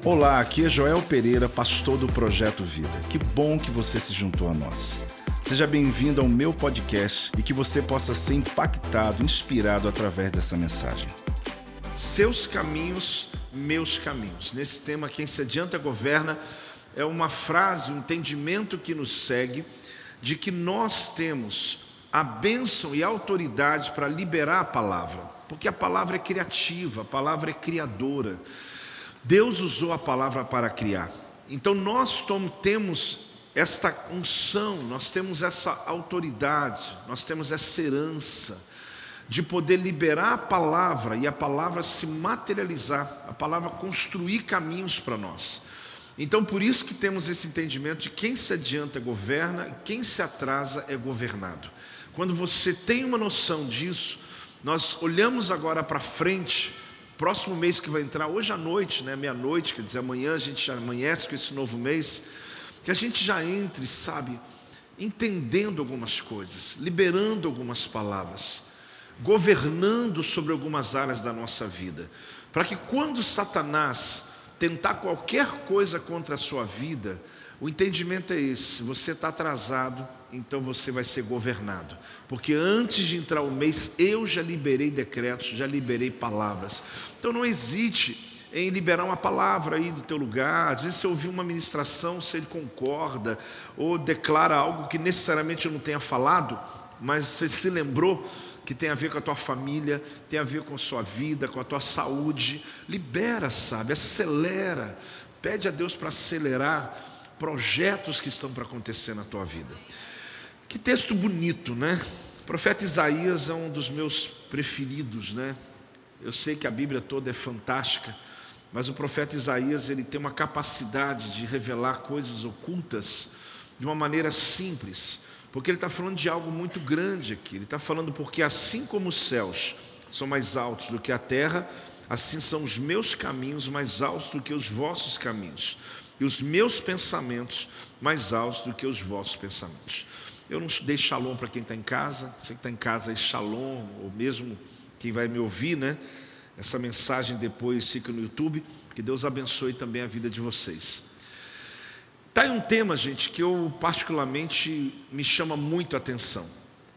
Olá, aqui é Joel Pereira, pastor do Projeto Vida. Que bom que você se juntou a nós. Seja bem-vindo ao meu podcast e que você possa ser impactado, inspirado através dessa mensagem. Seus caminhos, meus caminhos. Nesse tema, quem se adianta governa, é uma frase, um entendimento que nos segue de que nós temos a bênção e a autoridade para liberar a palavra, porque a palavra é criativa, a palavra é criadora. Deus usou a palavra para criar. Então nós temos esta unção, nós temos essa autoridade, nós temos essa herança de poder liberar a palavra e a palavra se materializar, a palavra construir caminhos para nós. Então por isso que temos esse entendimento de quem se adianta governa, quem se atrasa é governado. Quando você tem uma noção disso, nós olhamos agora para frente. Próximo mês que vai entrar, hoje à noite, meia-noite, quer dizer, amanhã a gente já amanhece com esse novo mês, que a gente já entre, sabe, entendendo algumas coisas, liberando algumas palavras, governando sobre algumas áreas da nossa vida, para que quando Satanás tentar qualquer coisa contra a sua vida, o entendimento é esse: você está atrasado, então você vai ser governado, porque antes de entrar o mês eu já liberei decretos, já liberei palavras. Então não hesite em liberar uma palavra aí do teu lugar. Às vezes você ouviu uma ministração, se ele concorda ou declara algo que necessariamente eu não tenha falado, mas você se lembrou que tem a ver com a tua família, tem a ver com a sua vida, com a tua saúde. Libera, sabe, acelera, pede a Deus para acelerar projetos que estão para acontecer na tua vida. Que texto bonito, né? O profeta Isaías é um dos meus preferidos, né? Eu sei que a Bíblia toda é fantástica, mas o profeta Isaías, ele tem uma capacidade de revelar coisas ocultas de uma maneira simples, porque ele está falando de algo muito grande aqui. Ele está falando porque assim como os céus são mais altos do que a terra, assim são os meus caminhos mais altos do que os vossos caminhos, e os meus pensamentos mais altos do que os vossos pensamentos. Eu não dei shalom para quem está em casa. Você que está em casa aí, shalom, ou mesmo quem vai me ouvir, né? Essa mensagem depois fica no YouTube. Que Deus abençoe também a vida de vocês. Está aí um tema, gente, que eu particularmente me chama muito a atenção.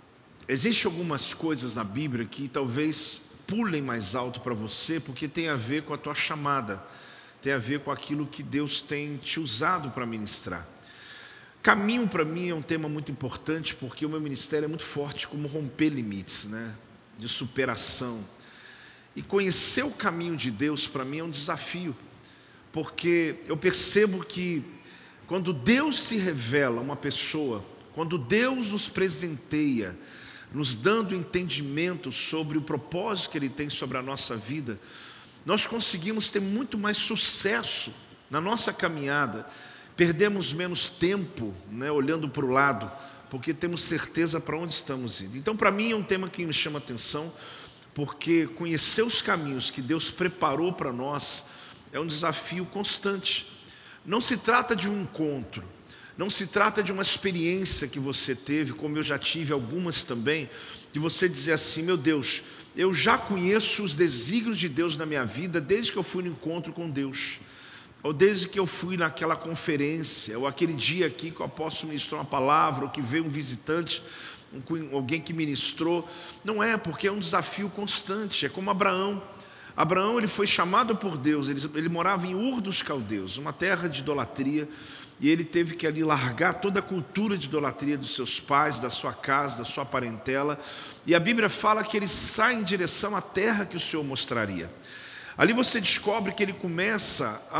Existem algumas coisas na Bíblia que talvez pulem mais alto para você, porque tem a ver com a tua chamada, tem a ver com aquilo que Deus tem te usado para ministrar. Caminho para mim é um tema muito importante, porque o meu ministério é muito forte como romper limites, né? De superação. E conhecer o caminho de Deus para mim é um desafio, porque eu percebo que quando Deus se revela a uma pessoa, quando Deus nos presenteia, nos dando entendimento sobre o propósito que Ele tem sobre a nossa vida, nós conseguimos ter muito mais sucesso na nossa caminhada. Perdemos menos tempo, né, olhando para o lado, porque temos certeza para onde estamos indo. Então para mim é um tema que me chama atenção, porque conhecer os caminhos que Deus preparou para nós é um desafio constante. Não se trata de um encontro, não se trata de uma experiência que você teve, como eu já tive algumas também, de você dizer assim: meu Deus, eu já conheço os desígnios de Deus na minha vida desde que eu fui no encontro com Deus, ou desde que eu fui naquela conferência, ou aquele dia aqui que o apóstolo ministrou uma palavra, ou que veio um visitante, alguém que ministrou. Não é, porque é um desafio constante. É como Abraão. Abraão, ele foi chamado por Deus, ele morava em Ur dos Caldeus, uma terra de idolatria, e ele teve que ali largar toda a cultura de idolatria dos seus pais, da sua casa, da sua parentela, e a Bíblia fala que ele sai em direção à terra que o Senhor mostraria. Ali você descobre que ele começa a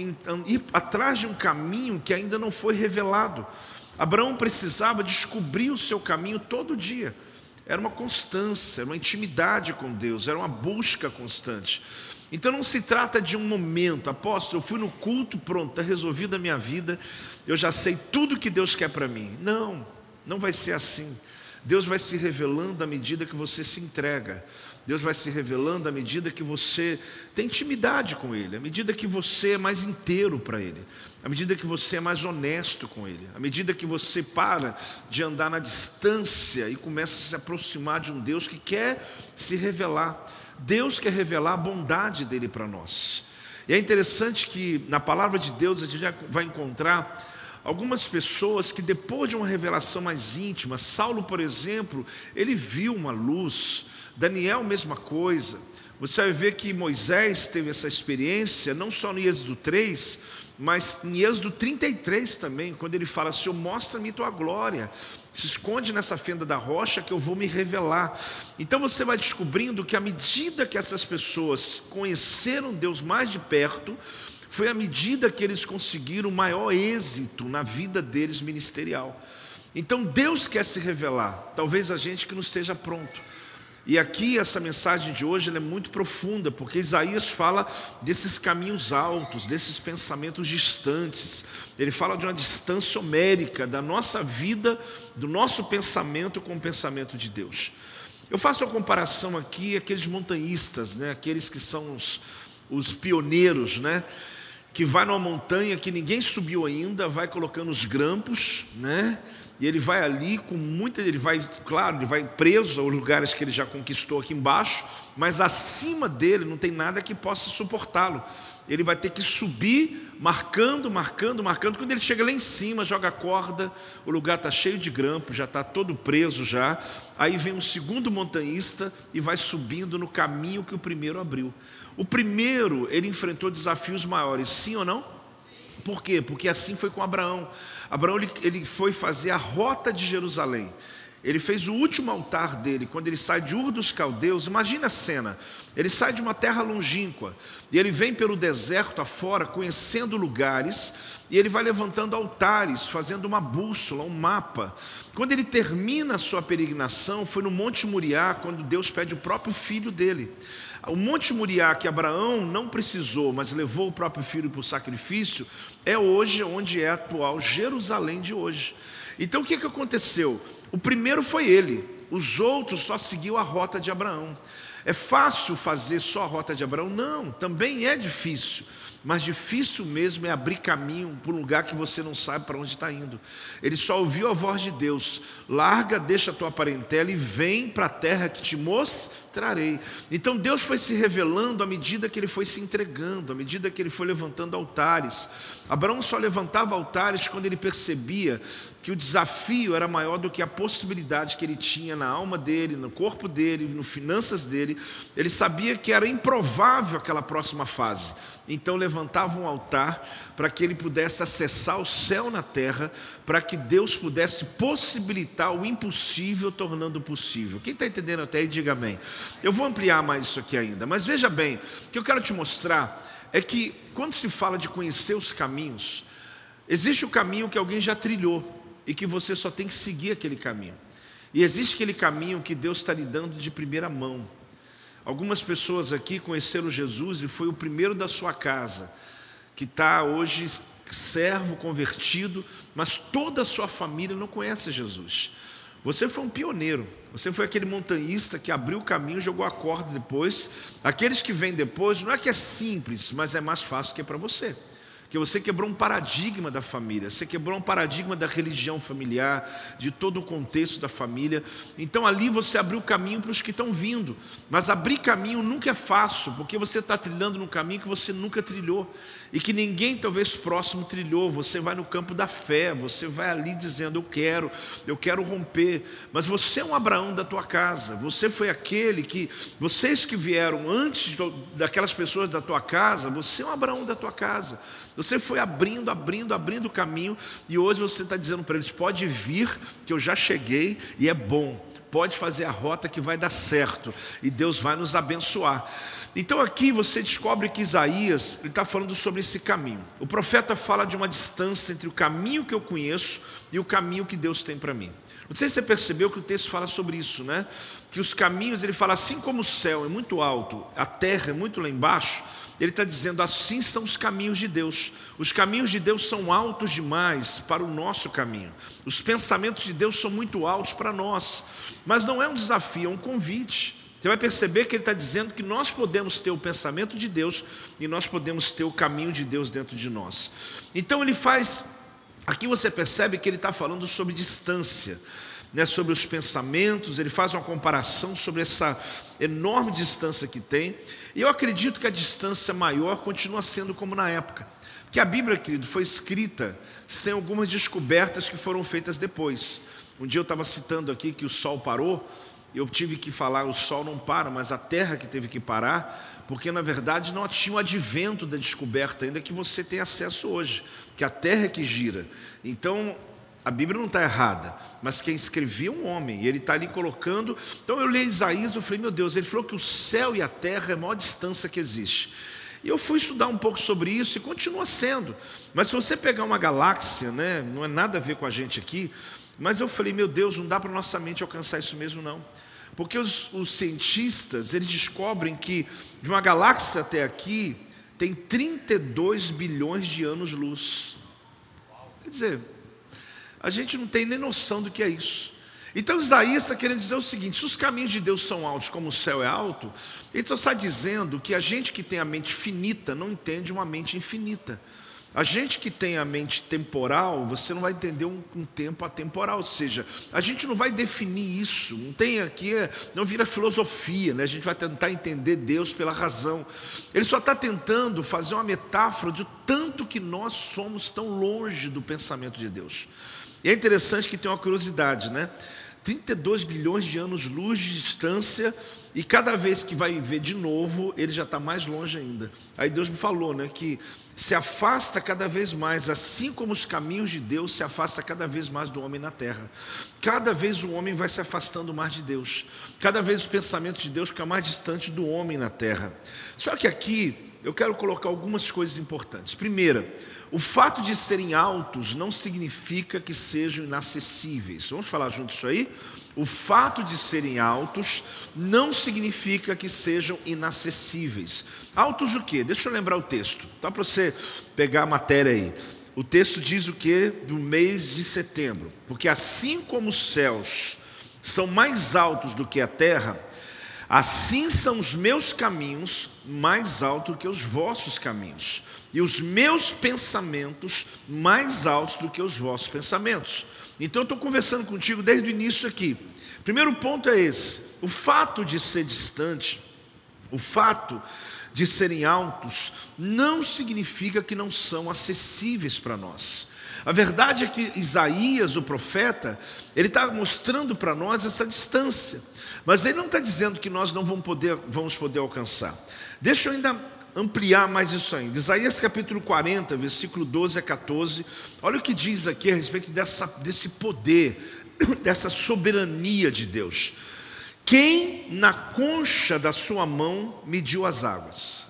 ir atrás de um caminho que ainda não foi revelado. Abraão precisava descobrir o seu caminho todo dia. Era uma constância, era uma intimidade com Deus, era uma busca constante. Então não se trata de um momento: apóstolo, eu fui no culto, pronto, está resolvida a minha vida, eu já sei tudo que Deus quer para mim. Não, não vai ser assim. Deus vai se revelando à medida que você se entrega. Deus vai se revelando à medida que você tem intimidade com Ele, à medida que você é mais inteiro para Ele, à medida que você é mais honesto com Ele, à medida que você para de andar na distância e começa a se aproximar de um Deus que quer se revelar. Deus quer revelar a bondade dEle para nós. E é interessante que na palavra de Deus a gente vai encontrar algumas pessoas que depois de uma revelação mais íntima, Saulo, por exemplo, ele viu uma luz, Daniel, mesma coisa. Você vai ver que Moisés teve essa experiência, não só no Êxodo 3, mas em Êxodo 33 também, quando ele fala: Senhor, mostra-me tua glória, se esconde nessa fenda da rocha que eu vou me revelar. Então você vai descobrindo que à medida que essas pessoas conheceram Deus mais de perto, foi à medida que eles conseguiram maior êxito na vida deles ministerial. Então Deus quer se revelar, talvez a gente que não esteja pronto. E aqui essa mensagem de hoje ela é muito profunda, porque Isaías fala desses caminhos altos, desses pensamentos distantes. Ele fala de uma distância homérica da nossa vida, do nosso pensamento com o pensamento de Deus. Eu faço a comparação aqui aqueles montanhistas, né? Aqueles que são os pioneiros, né? Que vai numa montanha que ninguém subiu ainda, vai colocando os grampos, né? E ele vai ali com muita, ele vai preso aos lugares que ele já conquistou aqui embaixo, mas acima dele não tem nada que possa suportá-lo. Ele vai ter que subir, marcando. Quando ele chega lá em cima, joga a corda, o lugar está cheio de grampo, já está todo preso já. Aí vem um segundo montanhista e vai subindo no caminho que o primeiro abriu. O primeiro, ele enfrentou desafios maiores, sim ou não? Por quê? Porque assim foi com Abraão. Abraão ele foi fazer a rota de Jerusalém. Ele fez o último altar dele, quando ele sai de Ur dos Caldeus. Imagina a cena, ele sai de uma terra longínqua, e ele vem pelo deserto afora, conhecendo lugares, e ele vai levantando altares, fazendo uma bússola, um mapa. Quando ele termina a sua peregrinação, foi no Monte Moriá, quando Deus pede o próprio filho dele. O Monte Moriá, que Abraão não precisou, mas levou o próprio filho para o sacrifício, é hoje onde é a atual Jerusalém de hoje. Então o que aconteceu? O primeiro foi ele, os outros só seguiu a rota de Abraão. É fácil fazer só a rota de Abraão? Não, também é difícil. Mas difícil mesmo é abrir caminho para um lugar que você não sabe para onde está indo. Ele só ouviu a voz de Deus: larga, deixa a tua parentela e vem para a terra que te mostrarei. Então Deus foi se revelando à medida que ele foi se entregando, à medida que ele foi levantando altares. Abraão só levantava altares quando ele percebia que o desafio era maior do que a possibilidade que ele tinha na alma dele, no corpo dele, nas finanças dele. Ele sabia que era improvável aquela próxima fase. Então levantava um altar para que ele pudesse acessar o céu na terra, para que Deus pudesse possibilitar o impossível tornando possível. Quem está entendendo até aí, diga amém. Eu vou ampliar mais isso aqui ainda, mas veja bem, o que eu quero te mostrar é que quando se fala de conhecer os caminhos, existe o caminho que alguém já trilhou e que você só tem que seguir aquele caminho. E existe aquele caminho que Deus está lhe dando de primeira mão. Algumas pessoas aqui conheceram Jesus e foi o primeiro da sua casa, que está hoje servo, convertido, mas toda a sua família não conhece Jesus. Você foi um pioneiro, você foi aquele montanhista que abriu o caminho, jogou a corda depois. Aqueles que vêm depois, não é que é simples, mas é mais fácil que é para você. Porque você quebrou um paradigma da família, você quebrou um paradigma da religião familiar, de todo o contexto da família. Então ali você abriu caminho para os que estão vindo. Mas abrir caminho nunca é fácil, porque você está trilhando num caminho que você nunca trilhou. E que ninguém talvez próximo trilhou. Você vai no campo da fé, você vai ali dizendo: eu quero romper. Mas você é um Abraão da tua casa. Você foi aquele que, vocês que vieram antes daquelas pessoas da tua casa, você é um Abraão da tua casa. Você foi abrindo o caminho, e hoje você está dizendo para eles: pode vir, que eu já cheguei e é bom. Pode fazer a rota que vai dar certo, e Deus vai nos abençoar. Então aqui você descobre que Isaías está falando sobre esse caminho. O profeta fala de uma distância entre o caminho que eu conheço e o caminho que Deus tem para mim. Não sei se você percebeu que o texto fala sobre isso, né? Que os caminhos, ele fala, assim como o céu é muito alto, a terra é muito lá embaixo, ele está dizendo, assim são os caminhos de Deus. Os caminhos de Deus são altos demais para o nosso caminho. Os pensamentos de Deus são muito altos para nós. Mas não é um desafio, é um convite. Você vai perceber que ele está dizendo que nós podemos ter o pensamento de Deus e nós podemos ter o caminho de Deus dentro de nós. Então ele faz, aqui você percebe que ele está falando sobre distância. né, sobre os pensamentos, ele faz uma comparação sobre essa enorme distância que tem. E eu acredito que a distância maior continua sendo como na época. Porque a Bíblia, querido, foi escrita sem algumas descobertas que foram feitas depois. Um dia eu estava citando aqui que o sol parou, eu tive que falar, o sol não para, mas a terra que teve que parar, porque na verdade não tinha o advento da descoberta ainda que você tem acesso hoje, que a terra é que gira. Então a Bíblia não está errada, mas quem escrevia é um homem, e ele está ali colocando. Então eu li Isaías, eu falei, meu Deus, ele falou que o céu e a terra é a maior distância que existe. E eu fui estudar um pouco sobre isso e continua sendo. Mas se você pegar uma galáxia, né, não é nada a ver com a gente aqui, mas eu falei, meu Deus, não dá para nossa mente alcançar isso mesmo não. Porque os cientistas, eles descobrem que de uma galáxia até aqui tem 32 bilhões de anos-luz. Quer dizer, a gente não tem nem noção do que é isso. Então Isaías está querendo dizer o seguinte: se os caminhos de Deus são altos como o céu é alto, ele só está dizendo que a gente que tem a mente finita não entende uma mente infinita. A gente que tem a mente temporal, você não vai entender um tempo atemporal. Ou seja, a gente não vai definir isso. Não tem aqui, não vira filosofia, né? A gente vai tentar entender Deus pela razão. Ele só está tentando fazer uma metáfora de tanto que nós somos tão longe do pensamento de Deus. E é interessante que tem uma curiosidade, né? 32 bilhões de anos-luz de distância, e cada vez que vai ver de novo, ele já está mais longe ainda. Aí Deus me falou, né, que se afasta cada vez mais, assim como os caminhos de Deus se afastam cada vez mais do homem na terra. Cada vez o homem vai se afastando mais de Deus. Cada vez o pensamento de Deus fica mais distante do homem na terra. Só que aqui eu quero colocar algumas coisas importantes. Primeira, o fato de serem altos não significa que sejam inacessíveis. Vamos falar junto isso aí? O fato de serem altos não significa que sejam inacessíveis. Altos o quê? Deixa eu lembrar o texto, tá, para você pegar a matéria aí. O texto diz o quê? Do mês de setembro. Porque assim como os céus são mais altos do que a terra, assim são os meus caminhos mais altos do que os vossos caminhos, e os meus pensamentos mais altos do que os vossos pensamentos. Então eu estou conversando contigo desde o início aqui. Primeiro ponto é esse: o fato de ser distante, o fato de serem altos, não significa que não são acessíveis para nós. A verdade é que Isaías, o profeta, ele está mostrando para nós essa distância, mas ele não está dizendo que nós não vamos poder alcançar. Deixa eu ainda ampliar mais isso ainda. Isaías capítulo 40, versículo 12 a 14, olha o que diz aqui a respeito desse poder, dessa soberania de Deus. Quem na concha da sua mão mediu as águas?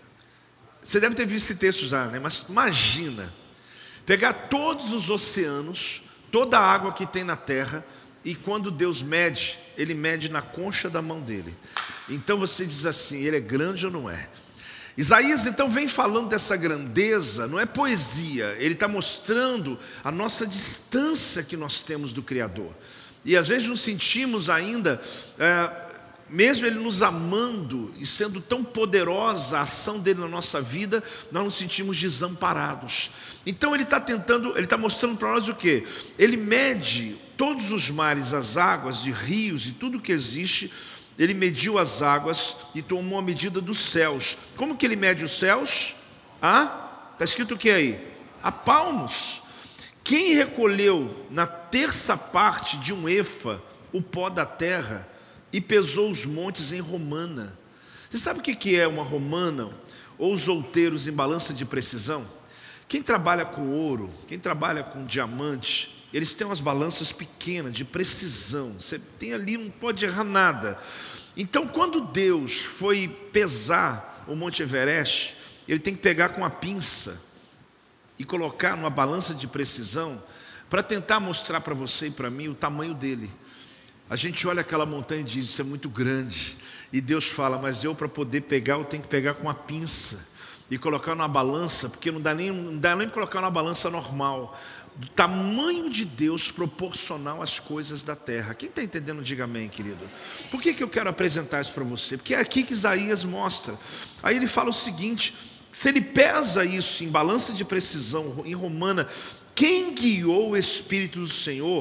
Você deve ter visto esse texto já, né? Mas imagina pegar todos os oceanos, toda a água que tem na terra, e quando Deus mede, Ele mede na concha da mão dele. Então você diz assim: Ele é grande ou não é? Isaías então vem falando dessa grandeza, não é poesia, ele está mostrando a nossa distância que nós temos do Criador. E às vezes nos sentimos ainda, mesmo Ele nos amando e sendo tão poderosa a ação dele na nossa vida, nós nos sentimos desamparados. Então ele está mostrando para nós o quê? Ele mede todos os mares, as águas de rios e tudo que existe. Ele mediu as águas e tomou a medida dos céus. Como que ele mede os céus? Está escrito o que aí? A palmos. Quem recolheu na terça parte de um efa o pó da terra e pesou os montes em romana? Você sabe o que é uma romana? Ou os outeiros em balança de precisão? Quem trabalha com ouro, quem trabalha com diamante, eles têm umas balanças pequenas, de precisão. Você tem ali, não pode errar nada. Então, quando Deus foi pesar o Monte Everest, Ele tem que pegar com a pinça e colocar numa balança de precisão, para tentar mostrar para você e para mim o tamanho dele. A gente olha aquela montanha e diz: isso é muito grande. E Deus fala: mas eu, para poder pegar, eu tenho que pegar com a pinça e colocar numa balança, porque não dá nem para colocar numa balança normal. Do tamanho de Deus proporcional às coisas da terra. Quem está entendendo, diga amém, querido. Por que eu quero apresentar isso para você? Porque é aqui que Isaías mostra. Aí ele fala o seguinte: se ele pesa isso em balança de precisão, em romana, quem guiou o Espírito do Senhor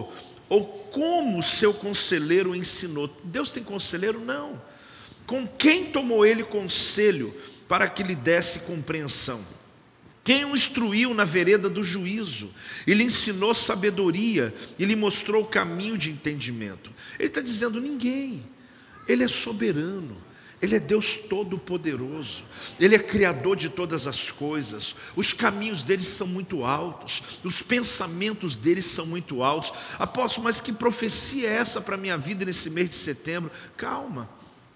ou como o seu conselheiro o ensinou. Deus tem conselheiro? Não. Com quem tomou ele conselho para que lhe desse compreensão? Quem o instruiu na vereda do juízo e lhe ensinou sabedoria e lhe mostrou o caminho de entendimento? Ele está dizendo: ninguém. Ele é soberano, Ele é Deus todo-poderoso, Ele é criador de todas as coisas. Os caminhos dele são muito altos, os pensamentos dele são muito altos. Apóstolo, mas que profecia é essa para a minha vida nesse mês de setembro? Calma,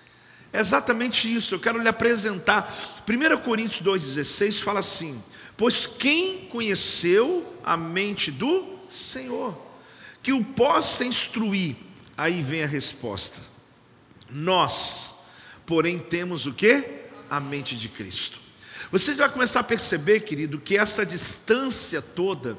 é exatamente isso. Eu quero lhe apresentar 1 Coríntios 2,16 fala assim: pois quem conheceu a mente do Senhor, que o possa instruir? Aí vem a resposta: nós, porém, temos o quê? A mente de Cristo. Você já vai começar a perceber, querido, que essa distância toda,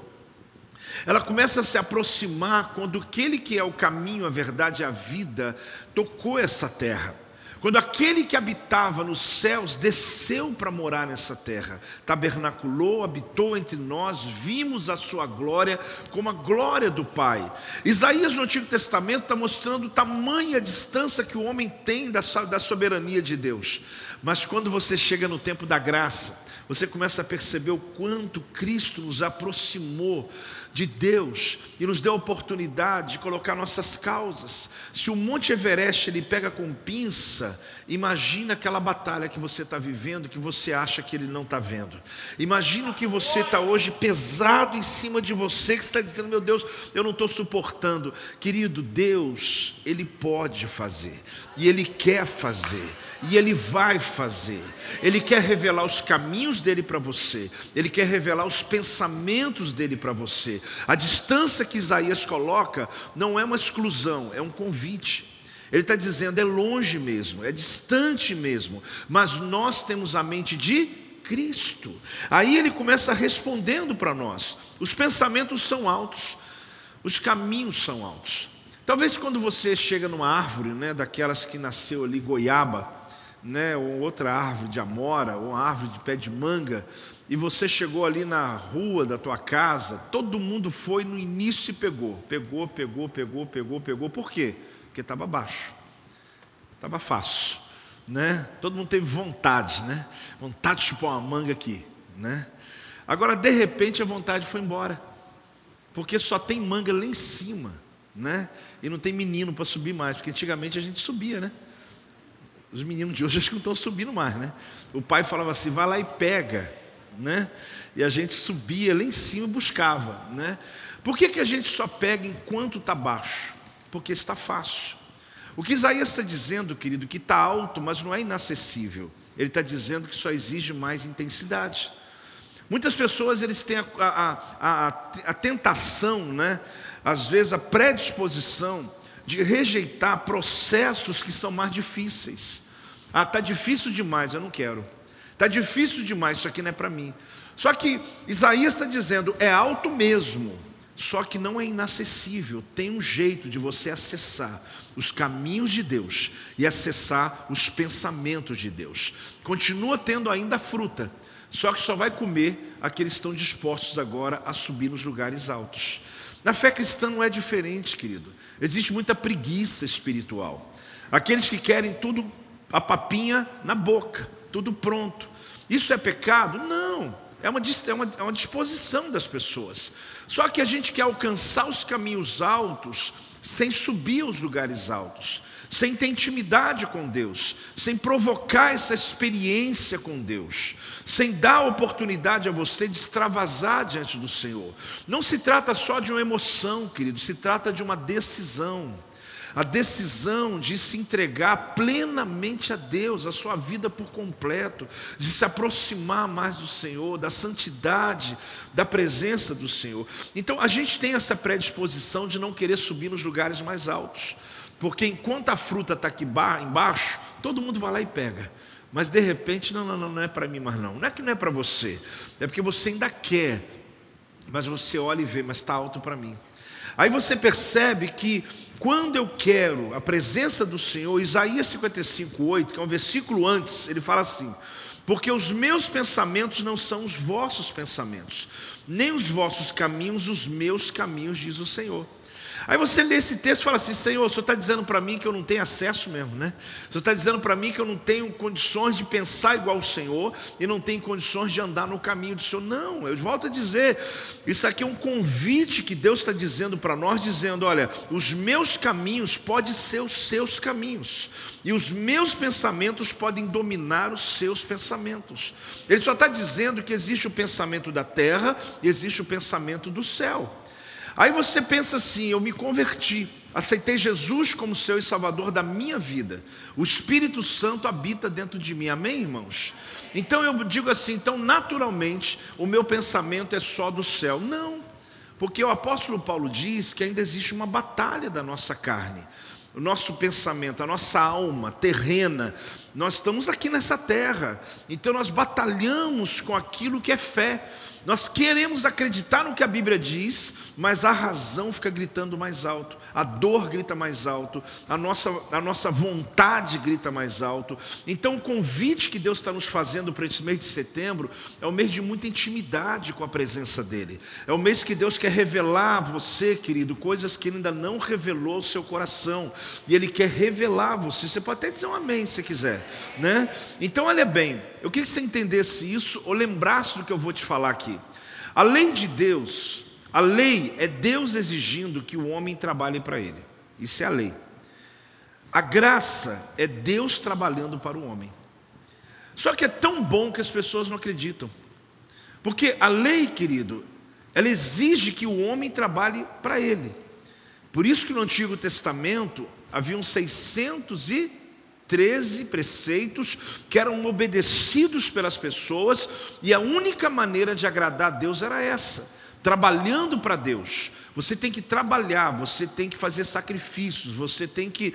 ela começa a se aproximar quando aquele que é o caminho, a verdade e a vida tocou essa terra. Quando aquele que habitava nos céus desceu para morar nessa terra, tabernaculou, habitou entre nós, vimos a sua glória como a glória do Pai. Isaías no Antigo Testamento está mostrando tamanha distância que o homem tem da soberania de Deus. Mas quando você chega no tempo da graça, você começa a perceber o quanto Cristo nos aproximou de Deus e nos deu a oportunidade de colocar nossas causas. Se o Monte Everest ele pega com pinça, imagina aquela batalha que você está vivendo, que você acha que ele não está vendo. Imagina o que você está hoje pesado em cima de você, que você está dizendo: meu Deus, eu não estou suportando. Querido, Deus, Ele pode fazer, e Ele quer fazer, e Ele vai fazer. Ele quer revelar os caminhos dEle para você, Ele quer revelar os pensamentos dEle para você. A distância que Isaías coloca não é uma exclusão, é um convite. Ele está dizendo: é longe mesmo, é distante mesmo, mas nós temos a mente de Cristo. Aí ele começa respondendo para nós: os pensamentos são altos, os caminhos são altos. Talvez quando você chega numa árvore, né, daquelas que nasceu ali, goiaba, né, ou outra árvore de amora, ou uma árvore de pé de manga, e você chegou ali na rua da tua casa, todo mundo foi no início e pegou. Por quê? Porque estava baixo, estava fácil, né? Todo mundo teve vontade, né? Vontade de chupar uma manga aqui, né? Agora, de repente, a vontade foi embora, porque só tem manga lá em cima, né? E não tem menino para subir mais, porque antigamente a gente subia, né? Os meninos de hoje acho que não estão subindo mais, né? O pai falava assim: vai lá e pega, né? E a gente subia lá em cima e buscava, né? Por que a gente só pega enquanto está baixo? Porque está fácil. O que Isaías está dizendo, querido, que está alto, mas não é inacessível. Ele está dizendo que só exige mais intensidade. Muitas pessoas eles têm a tentação, né? Às vezes a predisposição de rejeitar processos que são mais difíceis. Ah, está difícil demais, eu não quero. Está difícil demais, isso aqui não é para mim. Só que Isaías está dizendo: é alto mesmo, só que não é inacessível. Tem um jeito de você acessar os caminhos de Deus e acessar os pensamentos de Deus. Continua tendo ainda a fruta, só que só vai comer aqueles que estão dispostos agora a subir nos lugares altos. Na fé cristã não é diferente, querido. Existe muita preguiça espiritual. Aqueles que querem tudo, a papinha na boca, tudo pronto. Isso é pecado? Não. É uma disposição das pessoas. Só que a gente quer alcançar os caminhos altos sem subir aos lugares altos, sem ter intimidade com Deus, sem provocar essa experiência com Deus, sem dar a oportunidade a você de extravasar diante do Senhor. Não se trata só de uma emoção, querido, se trata de uma decisão. A decisão de se entregar plenamente a Deus, a sua vida por completo, de se aproximar mais do Senhor, da santidade, da presença do Senhor. Então a gente tem essa predisposição de não querer subir nos lugares mais altos, porque enquanto a fruta está aqui embaixo, todo mundo vai lá e pega. Mas de repente, não é para mim mais não. Não é que não é para você, é porque você ainda quer, mas você olha e vê, mas está alto para mim. Aí você percebe que quando eu quero a presença do Senhor, Isaías 55:8, que é um versículo antes, ele fala assim: porque os meus pensamentos não são os vossos pensamentos, nem os vossos caminhos os meus caminhos, diz o Senhor. Aí você lê esse texto e fala assim: Senhor, o Senhor está dizendo para mim que eu não tenho acesso mesmo, né? O Senhor está dizendo para mim que eu não tenho condições de pensar igual o Senhor e não tenho condições de andar no caminho do Senhor. Não, eu volto a dizer, isso aqui é um convite que Deus está dizendo para nós, dizendo: olha, os meus caminhos podem ser os seus caminhos, e os meus pensamentos podem dominar os seus pensamentos. Ele só está dizendo que existe o pensamento da terra e existe o pensamento do céu. Aí você pensa assim: eu me converti, aceitei Jesus como Senhor e Salvador da minha vida, o Espírito Santo habita dentro de mim, amém, irmãos? Então eu digo assim, então naturalmente o meu pensamento é só do céu. Não, porque o apóstolo Paulo diz que ainda existe uma batalha da nossa carne. O nosso pensamento, a nossa alma terrena, nós estamos aqui nessa terra, então nós batalhamos com aquilo que é fé. Nós queremos acreditar no que a Bíblia diz, mas a razão fica gritando mais alto, a dor grita mais alto, a nossa vontade grita mais alto. Então o convite que Deus está nos fazendo para esse mês de setembro é um mês de muita intimidade com a presença dEle. É um mês que Deus quer revelar a você, querido, coisas que Ele ainda não revelou ao seu coração, e Ele quer revelar a você. Você pode até dizer um amém se quiser, né? Então olha bem, eu queria que você entendesse isso ou lembrasse do que eu vou te falar aqui. A lei de Deus, a lei é Deus exigindo que o homem trabalhe para Ele. Isso é a lei. A graça é Deus trabalhando para o homem. Só que é tão bom que as pessoas não acreditam. Porque a lei, querido, ela exige que o homem trabalhe para Ele. Por isso que no Antigo Testamento haviam 613 preceitos que eram obedecidos pelas pessoas, e a única maneira de agradar a Deus era essa, trabalhando para Deus. Você tem que trabalhar, você tem que fazer sacrifícios, você tem que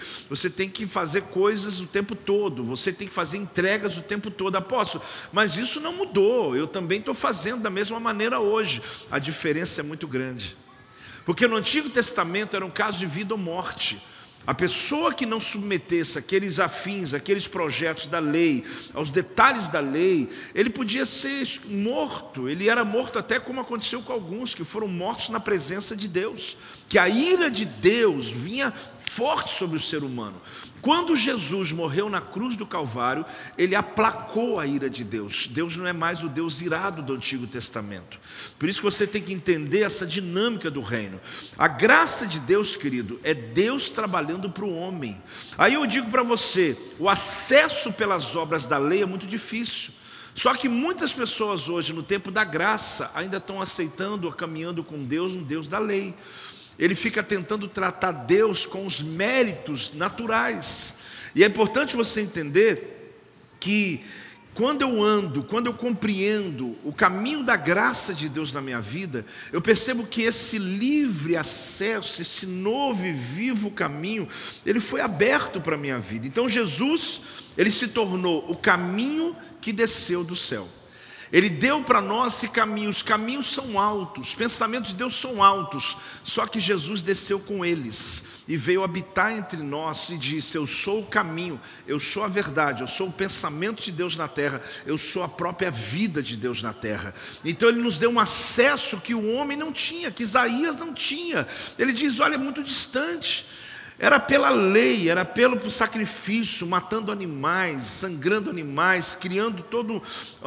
fazer coisas o tempo todo, você tem que fazer entregas o tempo todo. Apóstolo, mas isso não mudou, eu também estou fazendo da mesma maneira hoje. A diferença é muito grande, porque no Antigo Testamento era um caso de vida ou morte. A pessoa que não submetesse aqueles afins, aqueles projetos da lei, aos detalhes da lei, ele podia ser morto. Ele era morto até como aconteceu com alguns que foram mortos na presença de Deus, que a ira de Deus vinha forte sobre o ser humano. Quando Jesus morreu na cruz do Calvário, Ele aplacou a ira de Deus. Deus não é mais o Deus irado do Antigo Testamento. Por isso que você tem que entender essa dinâmica do reino. A graça de Deus, querido, é Deus trabalhando para o homem. Aí eu digo para você, o acesso pelas obras da lei é muito difícil. Só que muitas pessoas hoje, no tempo da graça, ainda estão aceitando, caminhando com Deus, um Deus da lei. Ele fica tentando tratar Deus com os méritos naturais. E é importante você entender que quando eu compreendo o caminho da graça de Deus na minha vida, eu percebo que esse livre acesso, esse novo e vivo caminho, ele foi aberto para a minha vida. Então Jesus, Ele se tornou o caminho que desceu do céu. Ele deu para nós esse caminho. Os caminhos são altos, os pensamentos de Deus são altos, só que Jesus desceu com eles e veio habitar entre nós e disse: eu sou o caminho, eu sou a verdade, eu sou o pensamento de Deus na terra, eu sou a própria vida de Deus na terra. Então Ele nos deu um acesso que o homem não tinha, que Isaías não tinha. Ele diz: olha, é muito distante. Era pela lei, era pelo sacrifício, matando animais, sangrando animais, criando todo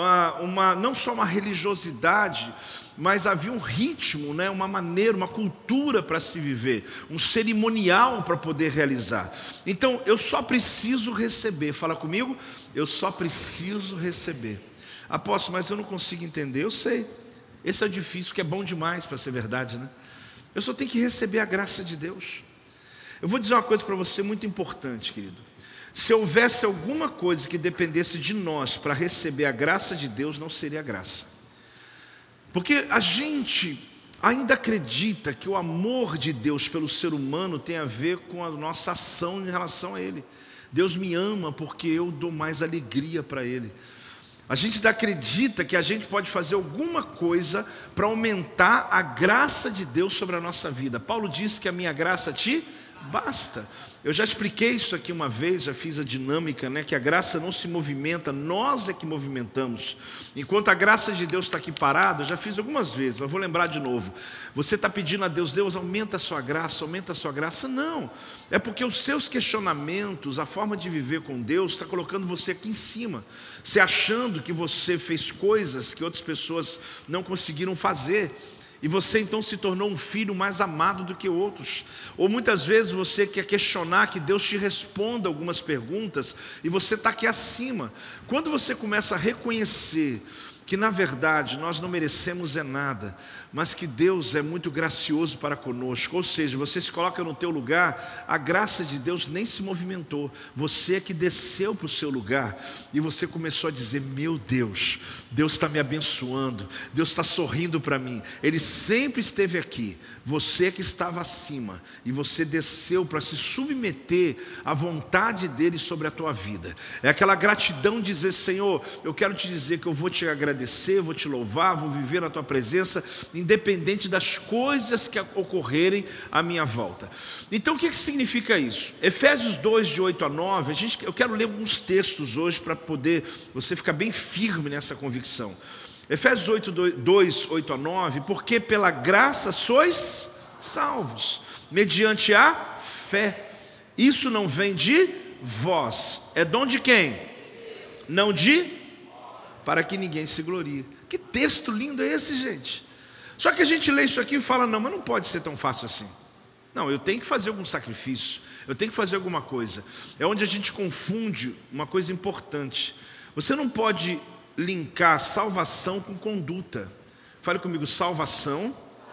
não só uma religiosidade, mas havia um ritmo, né, uma maneira, uma cultura para se viver, um cerimonial para poder realizar. Então eu só preciso receber. Fala comigo, eu só preciso receber. Apóstolo, mas eu não consigo entender. Eu sei, esse é o difícil, que é bom demais para ser verdade, né? Eu só tenho que receber a graça de Deus. Eu vou dizer uma coisa para você muito importante, querido. Se houvesse alguma coisa que dependesse de nós para receber a graça de Deus, não seria graça. Porque a gente ainda acredita que o amor de Deus pelo ser humano tem a ver com a nossa ação em relação a Ele. Deus me ama porque eu dou mais alegria para Ele. A gente ainda acredita que a gente pode fazer alguma coisa para aumentar a graça de Deus sobre a nossa vida. Paulo disse que a minha graça te Basta. Eu já expliquei isso aqui uma vez, já fiz a dinâmica, né? Que a graça não se movimenta, nós é que movimentamos. Enquanto a graça de Deus está aqui parada, eu já fiz algumas vezes, mas vou lembrar de novo. Você está pedindo a Deus, Deus aumenta a sua graça, aumenta a sua graça. Não, é porque os seus questionamentos, a forma de viver com Deus está colocando você aqui em cima. Você achando que você fez coisas que outras pessoas não conseguiram fazer. E você então se tornou um filho mais amado do que outros. Ou muitas vezes você quer questionar que Deus te responda algumas perguntas e você está aqui acima. Quando você começa a reconhecer que na verdade nós não merecemos nada, mas que Deus é muito gracioso para conosco, ou seja, você se coloca no teu lugar, a graça de Deus nem se movimentou, você é que desceu para o seu lugar, e você começou a dizer, meu Deus, Deus está me abençoando, Deus está sorrindo para mim, Ele sempre esteve aqui, você que estava acima, e você desceu para se submeter à vontade dEle sobre a tua vida, é aquela gratidão de dizer, Senhor, eu quero te dizer que eu vou te agradecer, vou te louvar, vou viver na tua presença, independente das coisas que ocorrerem à minha volta. Então o que significa isso? Efésios 2, de 8 a 9, eu quero ler alguns textos hoje para poder você ficar bem firme nessa convicção. Efésios 2, 8 a 9, porque pela graça sois salvos, mediante a fé. Isso não vem de vós, é dom de quem? Não de? Para que ninguém se glorie. Que texto lindo é esse, gente? Só que a gente lê isso aqui e fala, não, mas não pode ser tão fácil assim. Não, eu tenho que fazer algum sacrifício, eu tenho que fazer alguma coisa. É onde a gente confunde uma coisa importante. Você não pode linkar salvação com conduta. Fale comigo, salvação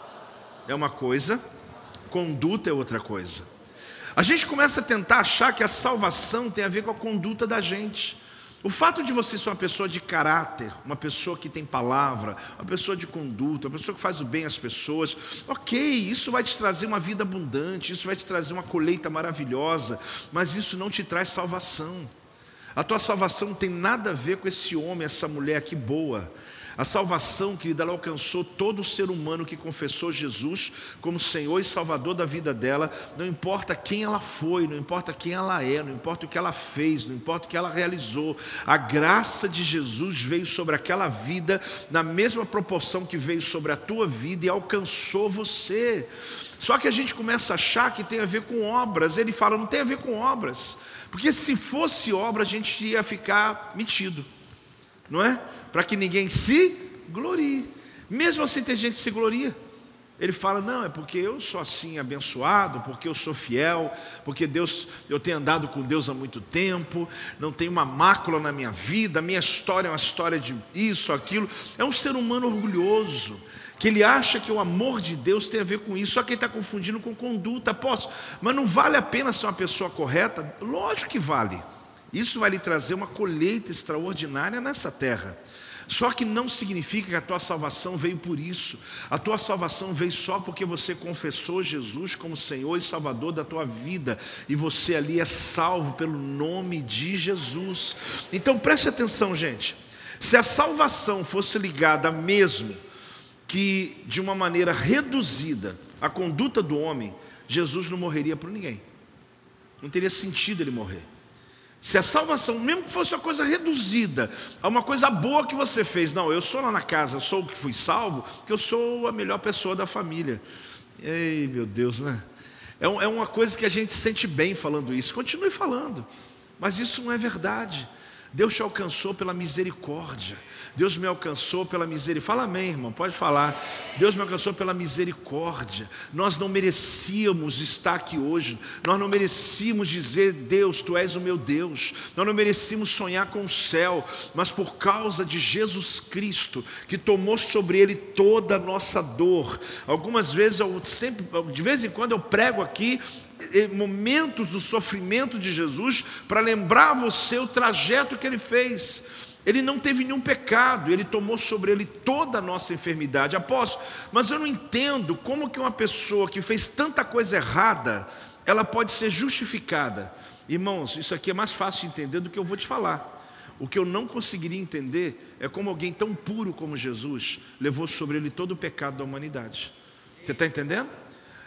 é uma coisa, conduta é outra coisa. A gente começa a tentar achar que a salvação tem a ver com a conduta da gente. O fato de você ser uma pessoa de caráter, uma pessoa que tem palavra, uma pessoa de conduta, uma pessoa que faz o bem às pessoas, ok, isso vai te trazer uma vida abundante, isso vai te trazer uma colheita maravilhosa, mas isso não te traz salvação. A tua salvação não tem nada a ver com esse homem, essa mulher aqui boa. A salvação, querida, ela alcançou todo ser humano que confessou Jesus como Senhor e Salvador da vida dela. Não importa quem ela foi, não importa quem ela é, não importa o que ela fez, não importa o que ela realizou. A graça de Jesus veio sobre aquela vida na mesma proporção que veio sobre a tua vida e alcançou você. Só que a gente começa a achar que tem a ver com obras. Ele fala, não tem a ver com obras. Porque se fosse obra, a gente ia ficar metido, não é? Para que ninguém se glorie. Mesmo assim tem gente que se gloria. Ele fala, não, é porque eu sou assim abençoado, porque eu sou fiel, porque Deus, eu tenho andado com Deus há muito tempo, não tem uma mácula na minha vida, a minha história é uma história de isso, aquilo. É um ser humano orgulhoso, que ele acha que o amor de Deus tem a ver com isso, só que ele está confundindo com conduta. Posso, mas não vale a pena ser uma pessoa correta? Lógico que vale. Isso vai lhe trazer uma colheita extraordinária nessa terra. Só que não significa que a tua salvação veio por isso. A tua salvação veio só porque você confessou Jesus como Senhor e Salvador da tua vida. E você ali é salvo pelo nome de Jesus. Então preste atenção, gente. Se a salvação fosse ligada mesmo que de uma maneira reduzida à conduta do homem, Jesus não morreria por ninguém. Não teria sentido ele morrer. Se a salvação, mesmo que fosse uma coisa reduzida, a uma coisa boa que você fez, não, eu sou lá na casa, eu sou o que fui salvo, porque eu sou a melhor pessoa da família. Ei, meu Deus, né? É uma coisa que a gente sente bem falando isso, continue falando, mas isso não é verdade. Deus te alcançou pela misericórdia. Deus me alcançou pela misericórdia. Fala amém, irmão, pode falar. Deus me alcançou pela misericórdia. Nós não merecíamos estar aqui hoje. Nós não merecíamos dizer, Deus, Tu és o meu Deus. Nós não merecíamos sonhar com o céu. Mas por causa de Jesus Cristo, que tomou sobre Ele toda a nossa dor. Algumas vezes, de vez em quando eu prego aqui momentos do sofrimento de Jesus para lembrar você o trajeto que Ele fez. Ele não teve nenhum pecado, Ele tomou sobre Ele toda a nossa enfermidade. Apóstolo, mas eu não entendo como que uma pessoa que fez tanta coisa errada, ela pode ser justificada. Irmãos, isso aqui é mais fácil de entender do que eu vou te falar. O que eu não conseguiria entender é como alguém tão puro como Jesus levou sobre Ele todo o pecado da humanidade. Você está entendendo?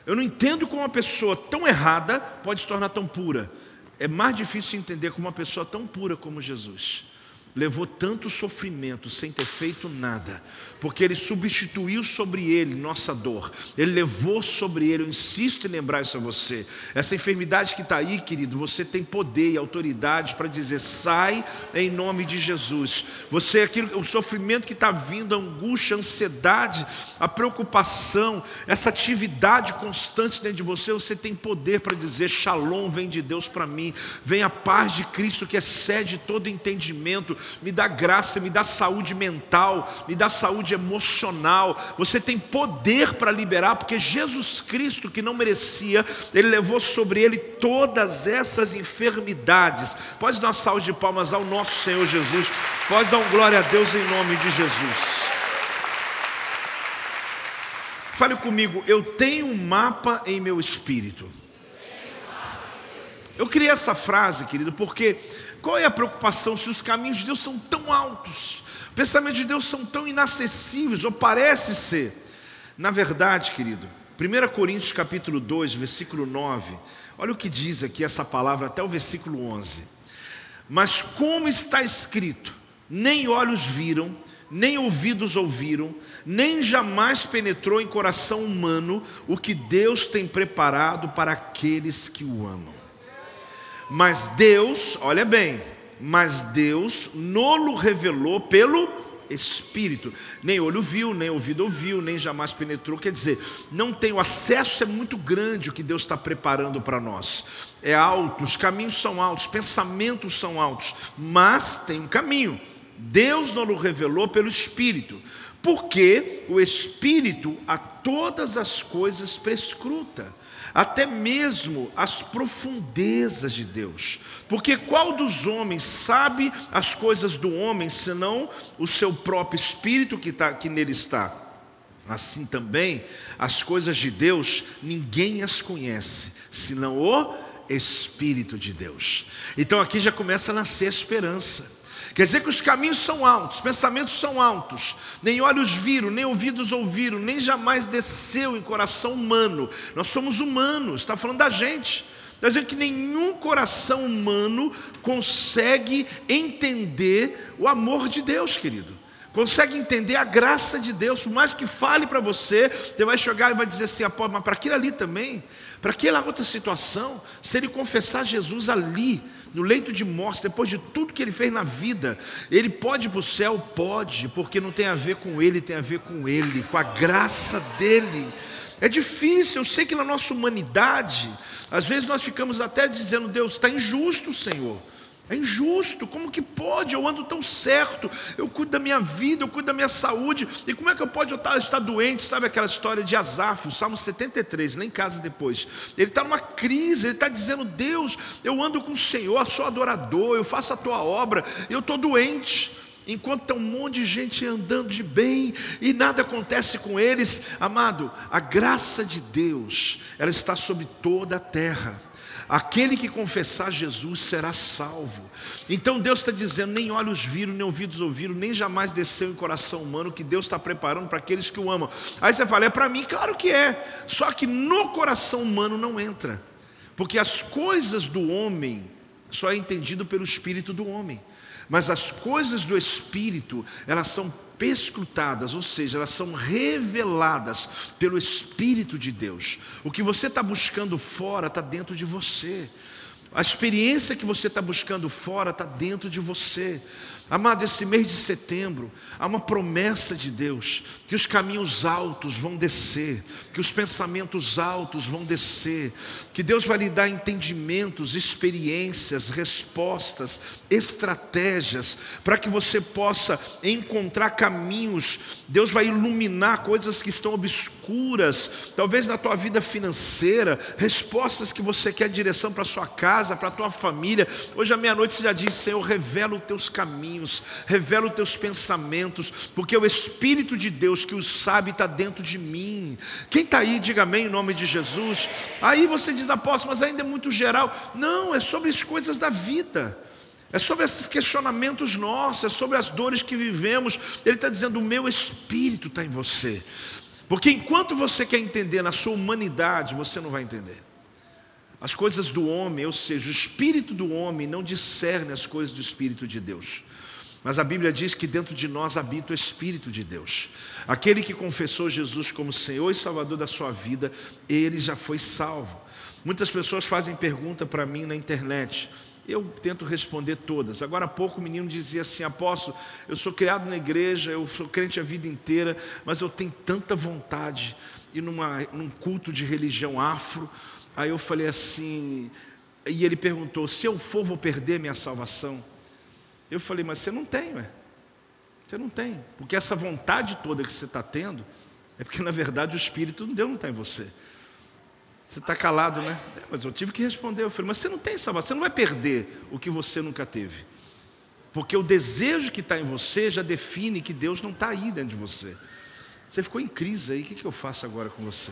Eu não entendo como uma pessoa tão errada pode se tornar tão pura. É mais difícil entender como uma pessoa tão pura como Jesus levou tanto sofrimento sem ter feito nada, porque Ele substituiu sobre Ele nossa dor. Ele levou sobre Ele, eu insisto em lembrar isso a você. Essa enfermidade que está aí, querido, você tem poder e autoridade para dizer: sai em nome de Jesus. Você, o sofrimento que está vindo, a angústia, a ansiedade, a preocupação, essa atividade constante dentro de você, você tem poder para dizer: Shalom vem de Deus para mim, vem a paz de Cristo que excede todo entendimento, me dá graça, me dá saúde mental, me dá saúde emocional. Você tem poder para liberar, porque Jesus Cristo, que não merecia, Ele levou sobre Ele todas essas enfermidades. Pode dar uma salva de palmas ao nosso Senhor Jesus, pode dar um glória a Deus em nome de Jesus. Fale comigo: eu tenho um mapa em meu espírito. Eu criei essa frase, querido, porque qual é a preocupação se os caminhos de Deus são tão altos, os pensamentos de Deus são tão inacessíveis, ou parece ser? Na verdade, querido, 1 Coríntios capítulo 2, versículo 9, olha o que diz aqui essa palavra até o versículo 11. Mas como está escrito: nem olhos viram, nem ouvidos ouviram, nem jamais penetrou em coração humano o que Deus tem preparado para aqueles que o amam. Mas Deus, olha bem, mas Deus nolo revelou pelo Espírito. Nem olho viu, nem ouvido ouviu, nem jamais penetrou. Quer dizer, não tem, o acesso é muito grande o que Deus está preparando para nós. É alto, os caminhos são altos, os pensamentos são altos, mas tem um caminho. Deus nolo revelou pelo Espírito, porque o Espírito a todas as coisas prescruta, até mesmo as profundezas de Deus. Porque qual dos homens sabe as coisas do homem, senão o seu próprio espírito que nele está? Assim também, as coisas de Deus, ninguém as conhece, senão o Espírito de Deus. Então aqui já começa a nascer a esperança. Quer dizer que os caminhos são altos, os pensamentos são altos, nem olhos viram, nem ouvidos ouviram, nem jamais desceu em coração humano. Nós somos humanos, está falando da gente. Está dizendo que nenhum coração humano consegue entender o amor de Deus, querido. Consegue entender a graça de Deus. Por mais que fale para você, você vai chegar e vai dizer assim: pô, mas para aquilo ali também, para aquela outra situação, se ele confessar Jesus ali, no leito de morte, depois de tudo que ele fez na vida, ele pode ir para o céu? Pode, porque não tem a ver com ele, tem a ver com ele, com a graça dele. É difícil, eu sei que na nossa humanidade, às vezes nós ficamos até dizendo: Deus, está injusto, Senhor. É injusto, como que pode? Eu ando tão certo, eu cuido da minha vida, eu cuido da minha saúde, e como é que eu posso estar doente? Sabe aquela história de Asaf, o Salmo 73, lá em casa depois. Ele está numa crise, ele está dizendo: Deus, eu ando com o Senhor, sou adorador, eu faço a tua obra, eu estou doente. Enquanto está um monte de gente andando de bem e nada acontece com eles. Amado, a graça de Deus, ela está sobre toda a terra. Aquele que confessar Jesus será salvo. Então Deus está dizendo: nem olhos viram, nem ouvidos ouviram, nem jamais desceu em coração humano o que Deus está preparando para aqueles que o amam. Aí você fala: é para mim? Claro que é. Só que no coração humano não entra, porque as coisas do homem só é entendido pelo espírito do homem, mas as coisas do Espírito, elas são perscrutadas, ou seja, elas são reveladas pelo Espírito de Deus. O que você está buscando fora está dentro de você. A experiência que você está buscando fora está dentro de você. Amado, esse mês de setembro, há uma promessa de Deus, que os caminhos altos vão descer, que os pensamentos altos vão descer, que Deus vai lhe dar entendimentos, experiências, respostas, estratégias, para que você possa encontrar caminhos. Deus vai iluminar coisas que estão obscuras, talvez na tua vida financeira, respostas que você quer, direção para a sua casa, para a tua família. Hoje à meia-noite você já diz: Senhor, revela os teus caminhos, revela os teus pensamentos, porque o Espírito de Deus que os sabe está dentro de mim. Quem está aí, diga amém em nome de Jesus. Aí você diz: apóstolo, mas ainda é muito geral. Não, é sobre as coisas da vida, é sobre esses questionamentos nossos, é sobre as dores que vivemos. Ele está dizendo: o meu Espírito está em você. Porque enquanto você quer entender na sua humanidade, você não vai entender. As coisas do homem, ou seja, o espírito do homem não discerne as coisas do Espírito de Deus. Mas a Bíblia diz que dentro de nós habita o Espírito de Deus. Aquele que confessou Jesus como Senhor e Salvador da sua vida, ele já foi salvo. Muitas pessoas fazem pergunta para mim na internet. Eu tento responder todas. Agora há pouco o menino dizia assim: apóstolo, eu sou criado na igreja, eu sou crente a vida inteira, mas eu tenho tanta vontade de ir num culto de religião afro. Aí eu falei assim, e ele perguntou: se eu for, vou perder minha salvação? Eu falei: mas você não tem, ué. Você não tem. Porque essa vontade toda que você está tendo, é porque na verdade o Espírito de Deus não está em você. Você está calado, né? Mas eu tive que responder. Eu falei: mas você não tem salvação, você não vai perder o que você nunca teve. Porque o desejo que está em você já define que Deus não está aí dentro de você. Você ficou em crise aí, o que eu faço agora com você?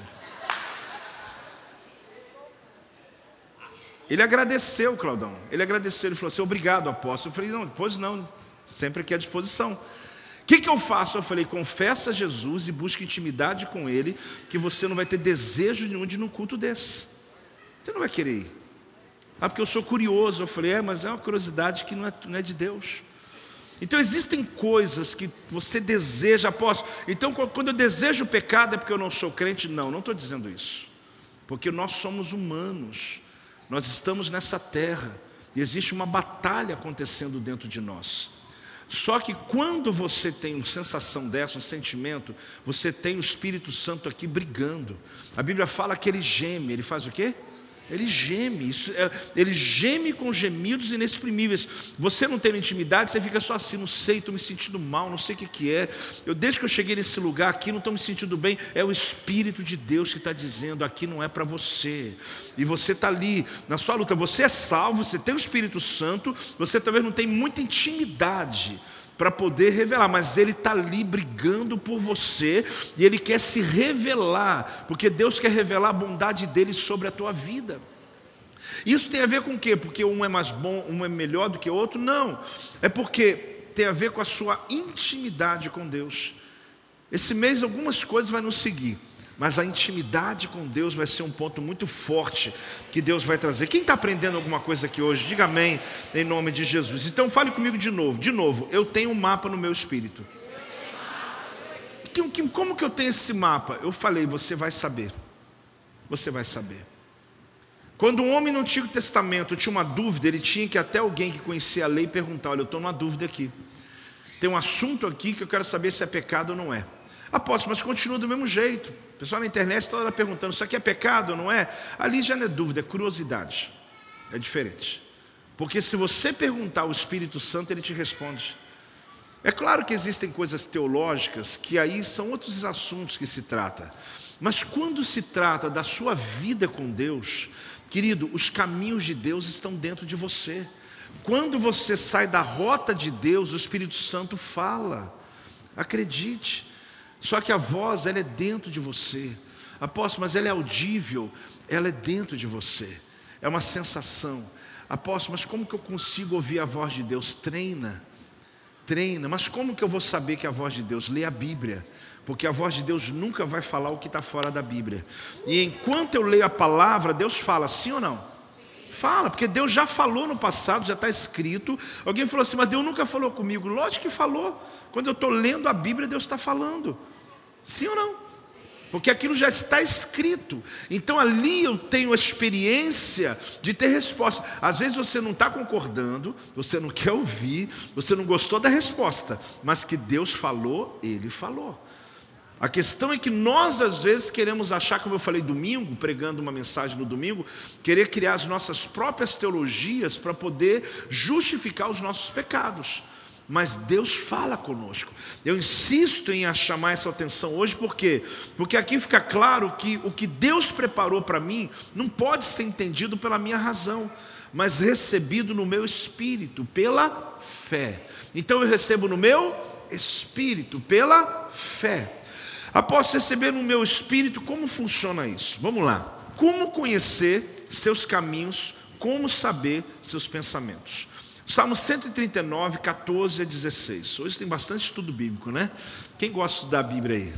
Ele agradeceu, Claudão. Ele agradeceu, ele falou assim: obrigado, apóstolo. Eu falei: não, depois não, sempre aqui à disposição. O que eu faço? Eu falei: confessa Jesus e busca intimidade com Ele, que você não vai ter desejo nenhum de ir num culto desse. Você não vai querer ir. Ah, porque eu sou curioso. Eu falei: mas é uma curiosidade que não é de Deus. Então existem coisas que você deseja, apóstolo. Então quando eu desejo o pecado é porque eu não sou crente? Não estou dizendo isso. Porque nós somos humanos. Nós estamos nessa terra e existe uma batalha acontecendo dentro de nós. Só que quando você tem uma sensação dessa, um sentimento, você tem o Espírito Santo aqui brigando. A Bíblia fala que ele geme. Ele faz o quê? Ele geme. Ele geme com gemidos inexprimíveis. Você não tem intimidade, você fica só assim: não sei, estou me sentindo mal, não sei o que é. Desde que eu cheguei nesse lugar aqui, não estou me sentindo bem. É o Espírito de Deus que está dizendo: aqui não é para você. E você está ali, na sua luta. Você é salvo, você tem o Espírito Santo. Você talvez não tem muita intimidade para poder revelar, mas Ele está ali brigando por você, e Ele quer se revelar, porque Deus quer revelar a bondade dEle sobre a tua vida. Isso tem a ver com o quê? Porque um é mais bom, um é melhor do que o outro? Não, é porque tem a ver com a sua intimidade com Deus. Esse mês algumas coisas vão nos seguir, mas a intimidade com Deus vai ser um ponto muito forte que Deus vai trazer. Quem está aprendendo alguma coisa aqui hoje, diga amém, em nome de Jesus. Então fale comigo de novo, eu tenho um mapa no meu espírito. Como que eu tenho esse mapa? Eu falei: você vai saber. Você vai saber. Quando um homem no Antigo Testamento tinha uma dúvida, ele tinha que até alguém que conhecia a lei perguntar: olha, eu estou numa dúvida aqui. Tem um assunto aqui que eu quero saber se é pecado ou não é. Apóstolo, mas continua do mesmo jeito. O pessoal na internet está toda perguntando: isso aqui é pecado ou não é? Ali já não é dúvida, é curiosidade. É diferente. Porque se você perguntar ao Espírito Santo, ele te responde. É claro que existem coisas teológicas que aí são outros assuntos que se trata. Mas quando se trata da sua vida com Deus, querido, os caminhos de Deus estão dentro de você. Quando você sai da rota de Deus, o Espírito Santo fala. Acredite. Só que a voz, ela é dentro de você. Apóstolo, mas ela é audível? Ela é dentro de você. É uma sensação. Apóstolo, mas como que eu consigo ouvir a voz de Deus? Treina. Mas como que eu vou saber que é a voz de Deus? Lê a Bíblia. Porque a voz de Deus nunca vai falar o que está fora da Bíblia. E enquanto eu leio a palavra, Deus fala, sim ou não? Fala, porque Deus já falou no passado, já está escrito. Alguém falou assim: mas Deus nunca falou comigo. Lógico que falou. Quando eu estou lendo a Bíblia, Deus está falando. Sim ou não? Porque aquilo já está escrito. Então ali eu tenho a experiência de ter resposta. Às vezes você não está concordando, você não quer ouvir, você não gostou da resposta, mas que Deus falou, Ele falou. A questão é que nós às vezes queremos achar, como eu falei domingo, pregando uma mensagem no domingo, querer criar as nossas próprias teologias para poder justificar os nossos pecados. Mas Deus fala conosco. Eu insisto em chamar essa atenção hoje, por quê? Porque aqui fica claro que o que Deus preparou para mim não pode ser entendido pela minha razão, mas recebido no meu espírito, pela fé. Então eu recebo no meu espírito, pela fé. Após receber no meu espírito, como funciona isso? Vamos lá. Como conhecer seus caminhos, como saber seus pensamentos? Salmo 139, 14 a 16. Hoje tem bastante estudo bíblico, né? Quem gosta de estudar a Bíblia aí?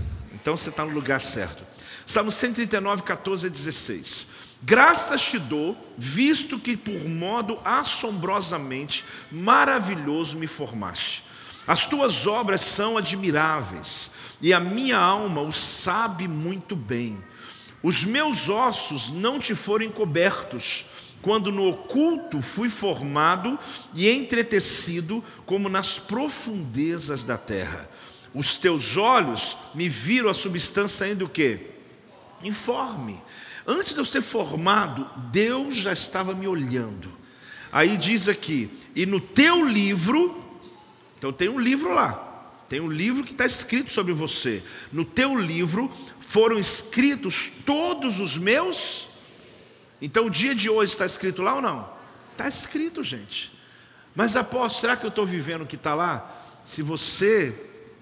Então você está no lugar certo. Salmo 139, 14 a 16. Graças te dou, visto que por modo assombrosamente maravilhoso me formaste. As tuas obras são admiráveis, e a minha alma o sabe muito bem. Os meus ossos não te foram encobertos, quando no oculto fui formado e entretecido como nas profundezas da terra. Os teus olhos me viram a substância ainda o quê? Informe. Antes de eu ser formado, Deus já estava me olhando. Aí diz aqui, e no teu livro, então tem um livro lá, tem um livro que está escrito sobre você. No teu livro foram escritos todos os meus. Então o dia de hoje está escrito lá ou não? Está escrito, gente. Mas apóstolo, será que eu estou vivendo o que está lá? Se você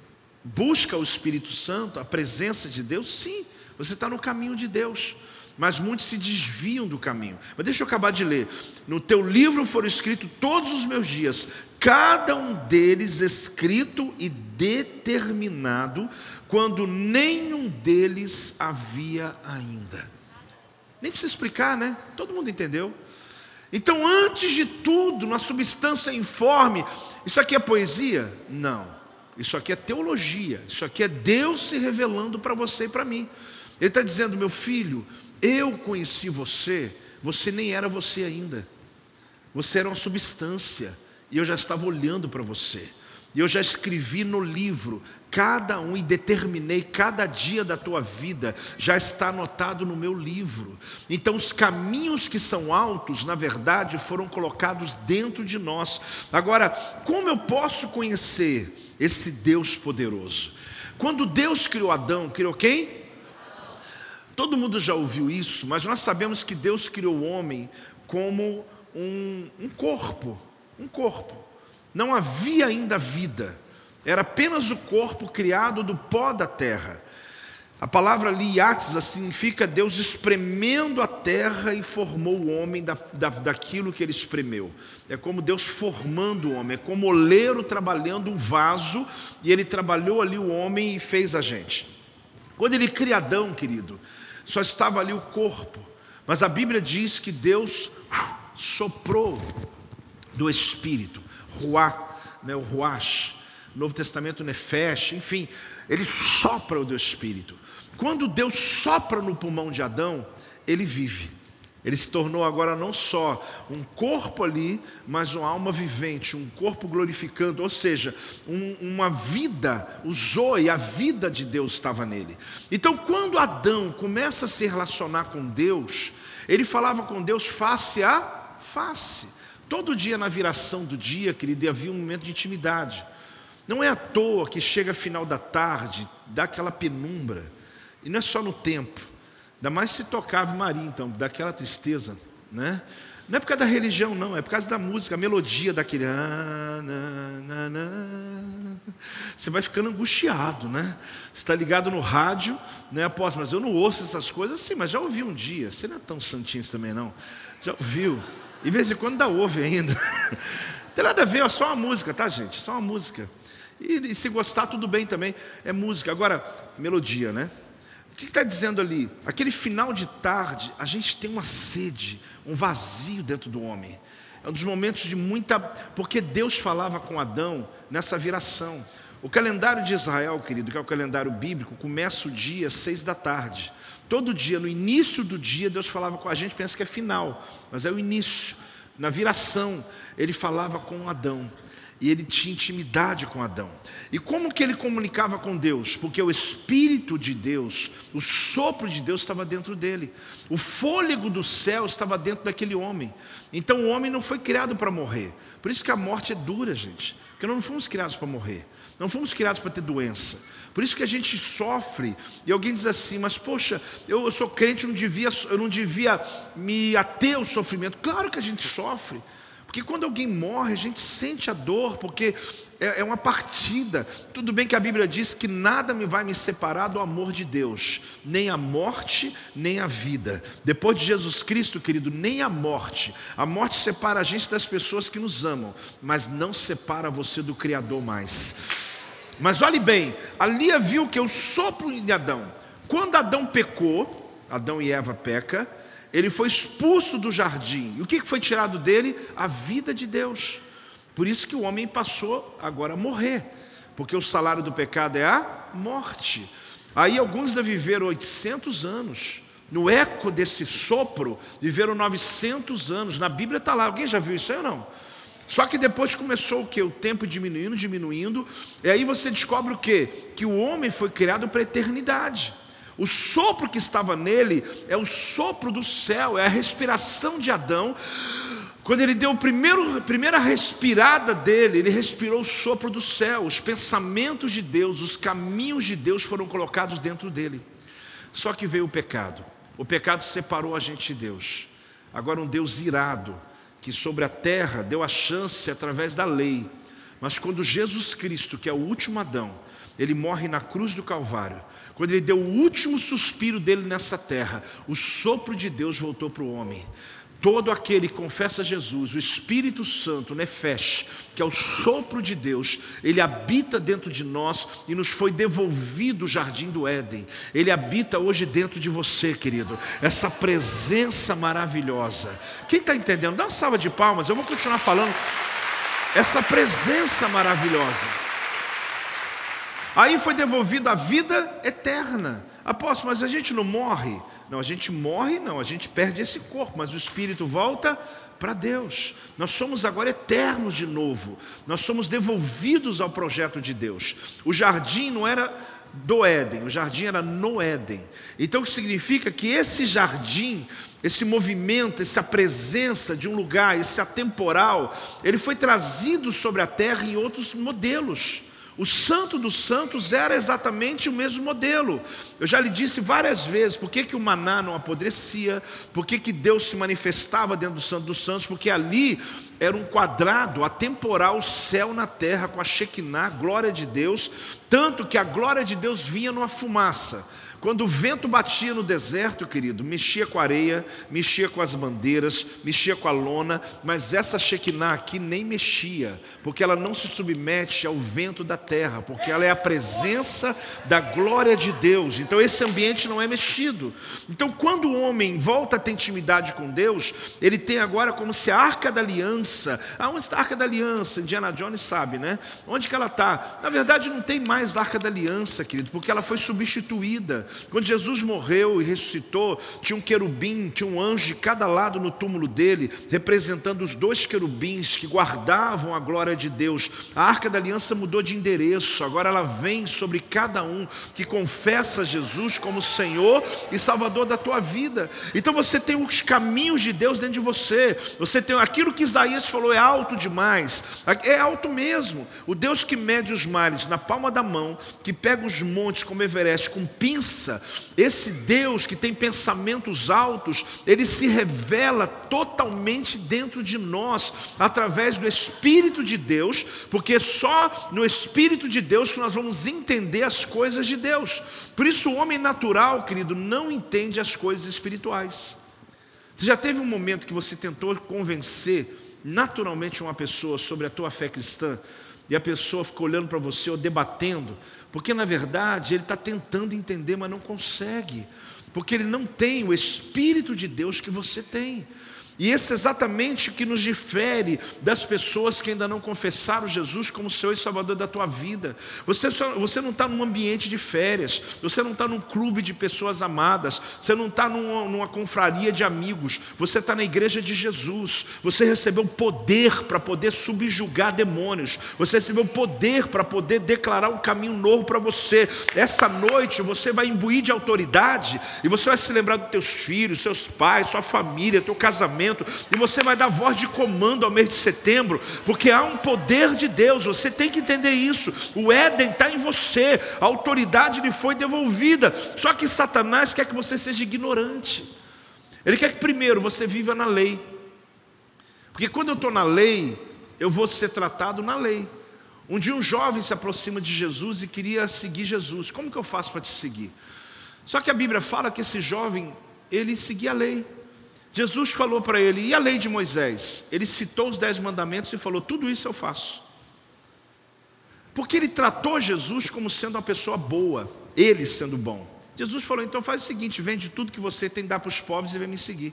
busca o Espírito Santo, a presença de Deus, sim, você está no caminho de Deus. Mas muitos se desviam do caminho. Mas deixa eu acabar de ler. No teu livro foram escritos todos os meus dias, cada um deles escrito e determinado, quando nenhum deles havia ainda. Nem precisa explicar, né? Todo mundo entendeu. Então, antes de tudo, na substância informe, isso aqui é poesia? Não. Isso aqui é teologia. Isso aqui é Deus se revelando para você e para mim. Ele está dizendo, meu filho, eu conheci você, você nem era você ainda. Você era uma substância, e eu já estava olhando para você. E eu já escrevi no livro, cada um, e determinei cada dia da tua vida, já está anotado no meu livro. Então os caminhos que são altos, na verdade, foram colocados dentro de nós. Agora, como eu posso conhecer esse Deus poderoso? Quando Deus criou Adão, criou quem? Todo mundo já ouviu isso, mas nós sabemos que Deus criou o homem como um corpo. Não havia ainda vida, era apenas o corpo criado do pó da terra. A palavra liatzah significa Deus espremendo a terra e formou o homem daquilo que ele espremeu. É como Deus formando o homem, é como o oleiro trabalhando um vaso, e ele trabalhou ali o homem e fez a gente. Quando ele cria Adão, querido, só estava ali o corpo, mas a Bíblia diz que Deus soprou do Espírito, Ruá, né, o Ruach, Novo Testamento Nefesh, enfim, ele sopra do Espírito. Quando Deus sopra no pulmão de Adão, ele vive. Ele se tornou agora não só um corpo ali, mas uma alma vivente, um corpo glorificando, ou seja, uma vida, o zoe, a vida de Deus estava nele. Então quando Adão começa a se relacionar com Deus, ele falava com Deus face a face. Todo dia na viração do dia, querido, havia um momento de intimidade. Não é à toa que chega final da tarde, dá aquela penumbra, e não é só no templo. Ainda mais se tocava Maria, então, daquela tristeza, né? Não é por causa da religião, não, é por causa da música, a melodia daquele. Você vai ficando angustiado, né? Você está ligado no rádio, né? Apóstolo, mas eu não ouço essas coisas, sim, mas já ouvi um dia. Você não é tão santinho também, não. Já ouviu? E de vez em quando ainda ouve ainda. Não tem nada a ver, é só uma música, tá, gente? Só uma música. E se gostar, tudo bem também, é música. Agora, melodia, né? O que está dizendo ali? Aquele final de tarde, a gente tem uma sede, um vazio dentro do homem. É um dos momentos de muita... Porque Deus falava com Adão nessa viração. O calendário de Israel, querido, que é o calendário bíblico, começa o dia 6 da tarde. Todo dia, no início do dia, Deus falava com a gente, pensa que é final, mas é o início. Na viração, ele falava com Adão. E ele tinha intimidade com Adão. E como que ele comunicava com Deus? Porque o Espírito de Deus, o sopro de Deus estava dentro dele. O fôlego do céu estava dentro daquele homem. Então o homem não foi criado para morrer. Por isso que a morte é dura, gente. Porque nós não fomos criados para morrer. Não fomos criados para ter doença. Por isso que a gente sofre. E alguém diz assim, mas poxa, eu sou crente, eu não devia me ater ao sofrimento. Claro que a gente sofre. Porque quando alguém morre, a gente sente a dor, porque é uma partida. Tudo bem que a Bíblia diz que nada vai me separar do amor de Deus, nem a morte, nem a vida. Depois de Jesus Cristo, querido, nem a morte. A morte separa a gente das pessoas que nos amam, mas não separa você do Criador mais. Mas olhe bem, ali havia o que? O sopro de Adão. Quando Adão pecou, Adão e Eva pecam, ele foi expulso do jardim. E o que foi tirado dele? A vida de Deus. Por isso que o homem passou agora a morrer, porque o salário do pecado é a morte. Aí alguns já viveram 800 anos. No eco desse sopro, viveram 900 anos. Na Bíblia está lá. Alguém já viu isso aí ou não? Só que depois começou o quê? O tempo diminuindo. E aí você descobre o quê? Que o homem foi criado para a eternidade. O sopro que estava nele é o sopro do céu, é a respiração de Adão. Quando ele deu a primeira respirada dele, ele respirou o sopro do céu. Os pensamentos de Deus, os caminhos de Deus foram colocados dentro dele. Só que veio o pecado. O pecado separou a gente de Deus. Agora um Deus irado, que sobre a terra deu a chance através da lei. Mas quando Jesus Cristo, que é o último Adão, ele morre na cruz do Calvário, quando ele deu o último suspiro dele nessa terra, o sopro de Deus voltou para o homem. Todo aquele que confessa Jesus, o Espírito Santo, Nefesh, que é o sopro de Deus, ele habita dentro de nós e nos foi devolvido o jardim do Éden. Ele habita hoje dentro de você, querido. Essa presença maravilhosa. Quem está entendendo? Dá uma salva de palmas, eu vou continuar falando. Essa presença maravilhosa. Aí foi devolvida a vida eterna. Apóstolo, mas a gente não morre? Não, a gente morre não, a gente perde esse corpo, mas o Espírito volta para Deus. Nós somos agora eternos de novo. Nós somos devolvidos ao projeto de Deus. O jardim não era do Éden, o jardim era no Éden. Então o que significa que esse jardim, esse movimento, essa presença de um lugar, esse atemporal, ele foi trazido sobre a terra em outros modelos. O Santo dos Santos era exatamente o mesmo modelo. Eu já lhe disse várias vezes por que o maná não apodrecia, por que Deus se manifestava dentro do Santo dos Santos, porque ali era um quadrado atemporal, o céu na terra, com a Shekinah, a glória de Deus, tanto que a glória de Deus vinha numa fumaça. Quando o vento batia no deserto, querido, mexia com a areia, mexia com as bandeiras, mexia com a lona, mas essa Shekinah aqui nem mexia, porque ela não se submete ao vento da terra, porque ela é a presença da glória de Deus. Então esse ambiente não é mexido. Então quando o homem volta a ter intimidade com Deus, ele tem agora como se a Arca da Aliança. Aonde está a Arca da Aliança? Indiana Jones sabe, né? Onde que ela está? Na verdade não tem mais a Arca da Aliança, querido, porque ela foi substituída. Quando Jesus morreu e ressuscitou, tinha um querubim, tinha um anjo de cada lado no túmulo dele, representando os dois querubins que guardavam a glória de Deus. A Arca da Aliança mudou de endereço, agora ela vem sobre cada um que confessa Jesus como Senhor e Salvador da tua vida. Então você tem os caminhos de Deus dentro de você. Você tem aquilo que Isaías falou, é alto demais. É alto mesmo. O Deus que mede os mares na palma da mão, que pega os montes como Everest com pinça. Esse Deus que tem pensamentos altos, ele se revela totalmente dentro de nós, através do Espírito de Deus, porque só no Espírito de Deus que nós vamos entender as coisas de Deus. Por isso o homem natural, querido, não entende as coisas espirituais. Você já teve um momento que você tentou convencer naturalmente uma pessoa sobre a tua fé cristã, e a pessoa ficou olhando para você ou debatendo, porque na verdade ele está tentando entender, mas não consegue, porque ele não tem o Espírito de Deus que você tem. E esse é exatamente o que nos difere das pessoas que ainda não confessaram Jesus como Senhor e Salvador da tua vida. Você não está num ambiente de férias, você não está num clube de pessoas amadas, você não está numa confraria de amigos, você está na igreja de Jesus. Você recebeu poder para poder subjugar demônios, você recebeu poder para poder declarar um caminho novo para você. Essa noite você vai imbuir de autoridade e você vai se lembrar dos teus filhos, seus pais, sua família, teu casamento, e você vai dar voz de comando ao mês de setembro, porque há um poder de Deus. Você tem que entender isso. O Éden está em você, a autoridade lhe foi devolvida. Só que Satanás quer que você seja ignorante. Ele quer que primeiro você viva na lei, porque quando eu estou na lei, eu vou ser tratado na lei. Um dia um jovem se aproxima de Jesus e queria seguir Jesus. Como que eu faço para te seguir? Só que a Bíblia fala que esse jovem, ele seguia a lei. Jesus falou para ele, e a lei de Moisés? Ele citou os 10 mandamentos e falou, tudo isso eu faço. Porque ele tratou Jesus como sendo uma pessoa boa, ele sendo bom. Jesus falou, então faz o seguinte, vende tudo que você tem, dá para os pobres e vem me seguir.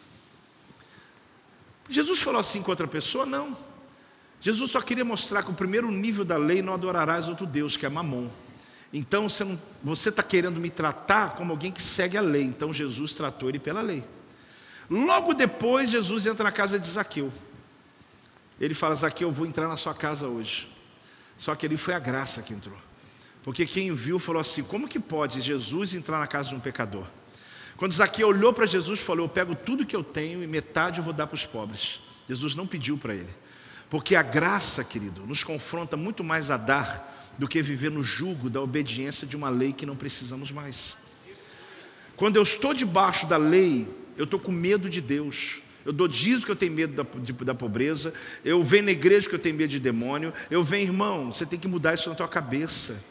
Jesus falou assim com outra pessoa? Não. Jesus só queria mostrar que o primeiro nível da lei não adorarás outro Deus, que é Mamon. Então você está querendo me tratar como alguém que segue a lei. Então Jesus tratou ele pela lei. Logo depois Jesus entra na casa de Zaqueu. Ele fala, Zaqueu, eu vou entrar na sua casa hoje. Só que ali foi a graça que entrou. Porque quem viu falou assim, como que pode Jesus entrar na casa de um pecador? Quando Zaqueu olhou para Jesus e falou, eu pego tudo que eu tenho e metade eu vou dar para os pobres. Jesus não pediu para ele. Porque a graça, querido, nos confronta muito mais a dar do que viver no jugo da obediência de uma lei que não precisamos mais. Quando eu estou debaixo da lei, eu estou com medo de Deus. Eu dou dízimo que eu tenho medo da pobreza. Eu venho na igreja que eu tenho medo de demônio. Eu venho, irmão, você tem que mudar isso na tua cabeça.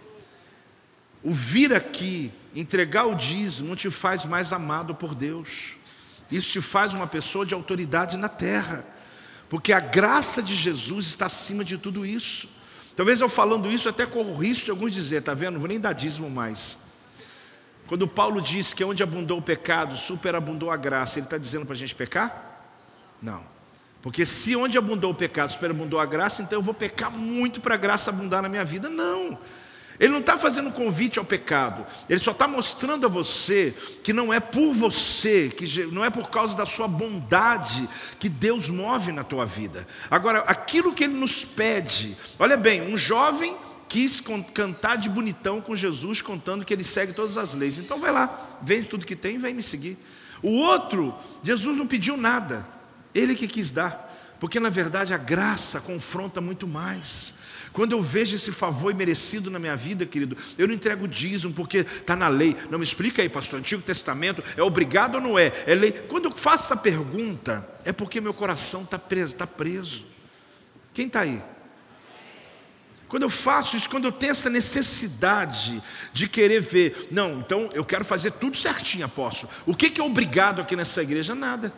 O vir aqui, entregar o dízimo, não te faz mais amado por Deus. Isso te faz uma pessoa de autoridade na terra. Porque a graça de Jesus está acima de tudo isso. Talvez eu falando isso até corro o risco de alguns dizer, tá vendo? Não vou nem dar dízimo mais. Quando Paulo diz que onde abundou o pecado, superabundou a graça, ele está dizendo para a gente pecar? Não. Porque se onde abundou o pecado, superabundou a graça, então eu vou pecar muito para a graça abundar na minha vida. Não. Ele não está fazendo convite ao pecado. Ele só está mostrando a você que não é por você, que não é por causa da sua bondade que Deus move na tua vida. Agora, aquilo que Ele nos pede, olha bem, um jovem quis cantar de bonitão com Jesus, contando que ele segue todas as leis. Então vai lá, vende tudo que tem e vem me seguir. O outro, Jesus não pediu nada, ele que quis dar. Porque na verdade a graça confronta muito mais. Quando eu vejo esse favor imerecido na minha vida, querido, eu não entrego dízimo porque está na lei. Não, me explica aí, pastor, Antigo Testamento é obrigado ou não é? É lei. Quando eu faço essa pergunta, é porque meu coração está preso. Quem está aí? Quando eu faço isso, quando eu tenho essa necessidade de querer ver, não, então eu quero fazer tudo certinho, apóstolo. O que é obrigado aqui nessa igreja? Nada.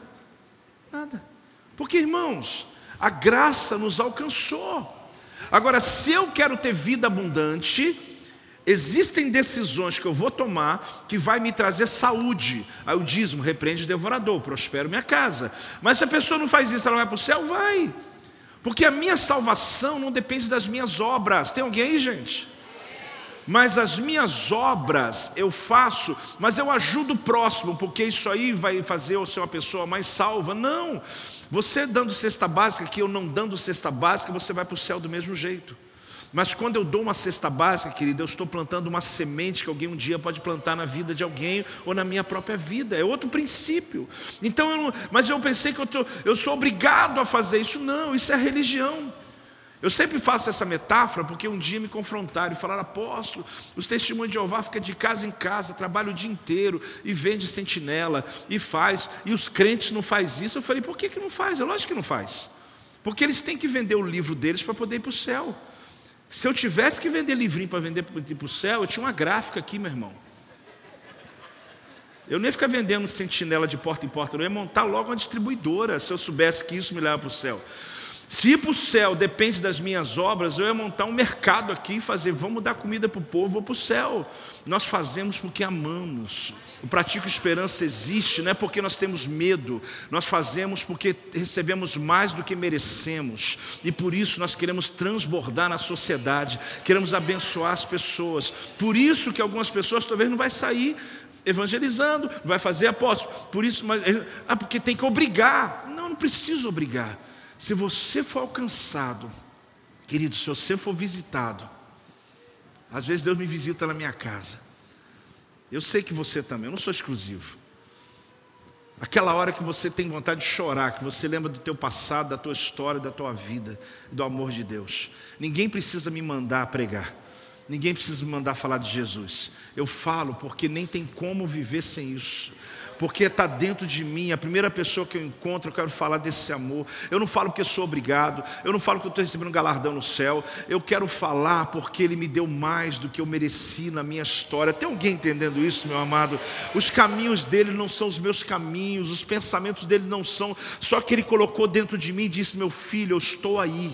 Porque, irmãos, a graça nos alcançou. Agora, se eu quero ter vida abundante, existem decisões que eu vou tomar que vai me trazer saúde. Aí o dízimo, repreende o devorador, prospero minha casa. Mas se a pessoa não faz isso, ela vai para o céu? Vai. Porque a minha salvação não depende das minhas obras. Tem alguém aí, gente? Mas as minhas obras eu faço, mas eu ajudo o próximo, porque isso aí vai fazer eu ser uma pessoa mais salva. Não. Você dando cesta básica aqui, eu não dando cesta básica, você vai para o céu do mesmo jeito. Mas quando eu dou uma cesta básica, querido, eu estou plantando uma semente que alguém um dia pode plantar na vida de alguém ou na minha própria vida. É outro princípio. Então, mas eu pensei que eu sou obrigado a fazer isso. Não, isso é religião. Eu sempre faço essa metáfora porque um dia me confrontaram e falaram, apóstolo, os testemunhos de Jeová ficam de casa em casa, trabalham o dia inteiro e vende sentinela e faz, e os crentes não fazem isso. Eu falei, por que não faz? É lógico que não faz. Porque eles têm que vender o livro deles para poder ir para o céu. Se eu tivesse que vender livrinho para vender para ir para o céu, eu tinha uma gráfica aqui, meu irmão. Eu não ia ficar vendendo sentinela de porta em porta, eu ia montar logo uma distribuidora, se eu soubesse que isso me leva para o céu. Se ir para o céu depende das minhas obras, eu ia montar um mercado aqui e fazer, vamos dar comida para o povo, vou para o céu. Nós fazemos porque amamos. O Pratico Esperança existe, não é porque nós temos medo, nós fazemos porque recebemos mais do que merecemos. E por isso nós queremos transbordar na sociedade, queremos abençoar as pessoas. Por isso que algumas pessoas talvez não vai sair evangelizando, vai fazer apóstolo. Por isso, porque tem que obrigar. Não preciso obrigar. Se você for alcançado, querido, se você for visitado, às vezes Deus me visita na minha casa. Eu sei que você também, eu não sou exclusivo. Aquela hora que você tem vontade de chorar, que você lembra do teu passado, da tua história, da tua vida, do amor de Deus. Ninguém precisa me mandar pregar. Ninguém precisa me mandar falar de Jesus. Eu falo porque nem tem como viver sem isso. Porque está dentro de mim, a primeira pessoa que eu encontro, eu quero falar desse amor. Eu não falo porque sou obrigado, eu não falo que eu estou recebendo um galardão no céu. Eu quero falar porque Ele me deu mais do que eu mereci na minha história. Tem alguém entendendo isso, meu amado? Os caminhos dele não são os meus caminhos, os pensamentos dele não são. Só que Ele colocou dentro de mim e disse, meu filho, eu estou aí.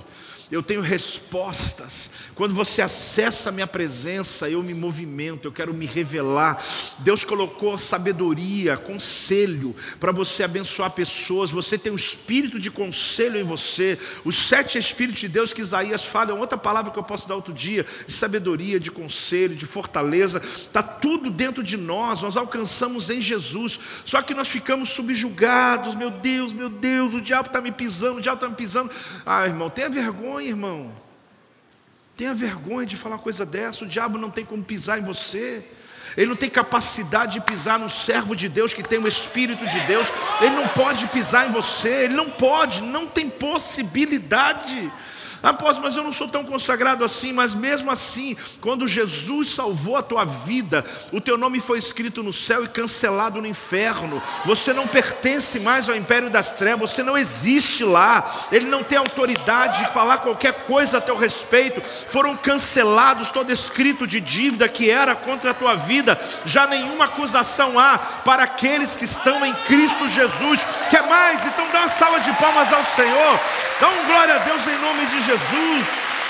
eu tenho respostas. Quando você acessa a minha presença, eu me movimento, eu quero me revelar. Deus colocou sabedoria, conselho, para você abençoar pessoas. Você tem um espírito de conselho em você. Os 7 espíritos de Deus que Isaías fala, é outra palavra que eu posso dar outro dia, de sabedoria, de conselho, de fortaleza. Está tudo dentro de nós alcançamos em Jesus. Só que nós ficamos subjugados. Meu Deus, o diabo está me pisando, Ah, irmão, tenha vergonha, irmão. Tenha vergonha de falar coisa dessa. O diabo não tem como pisar em você. Ele não tem capacidade de pisar no servo de Deus que tem o Espírito de Deus. Ele não pode pisar em você. Ele não pode, não tem possibilidade. Apóstolo, mas eu não sou tão consagrado assim. Mas mesmo assim, quando Jesus salvou a tua vida, o teu nome foi escrito no céu e cancelado no inferno. Você não pertence mais ao império das trevas. Você não existe lá. Ele não tem autoridade de falar qualquer coisa a teu respeito. Foram cancelados todo escrito de dívida que era contra a tua vida. Já nenhuma acusação há para aqueles que estão em Cristo Jesus. Quer mais? Então dá uma salva de palmas ao Senhor. Dá um glória a Deus em nome de Jesus.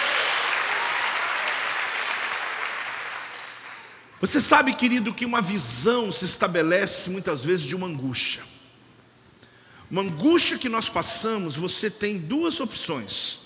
Você sabe, querido, que uma visão se estabelece muitas vezes de uma angústia. Uma angústia que nós passamos, você tem 2 opções.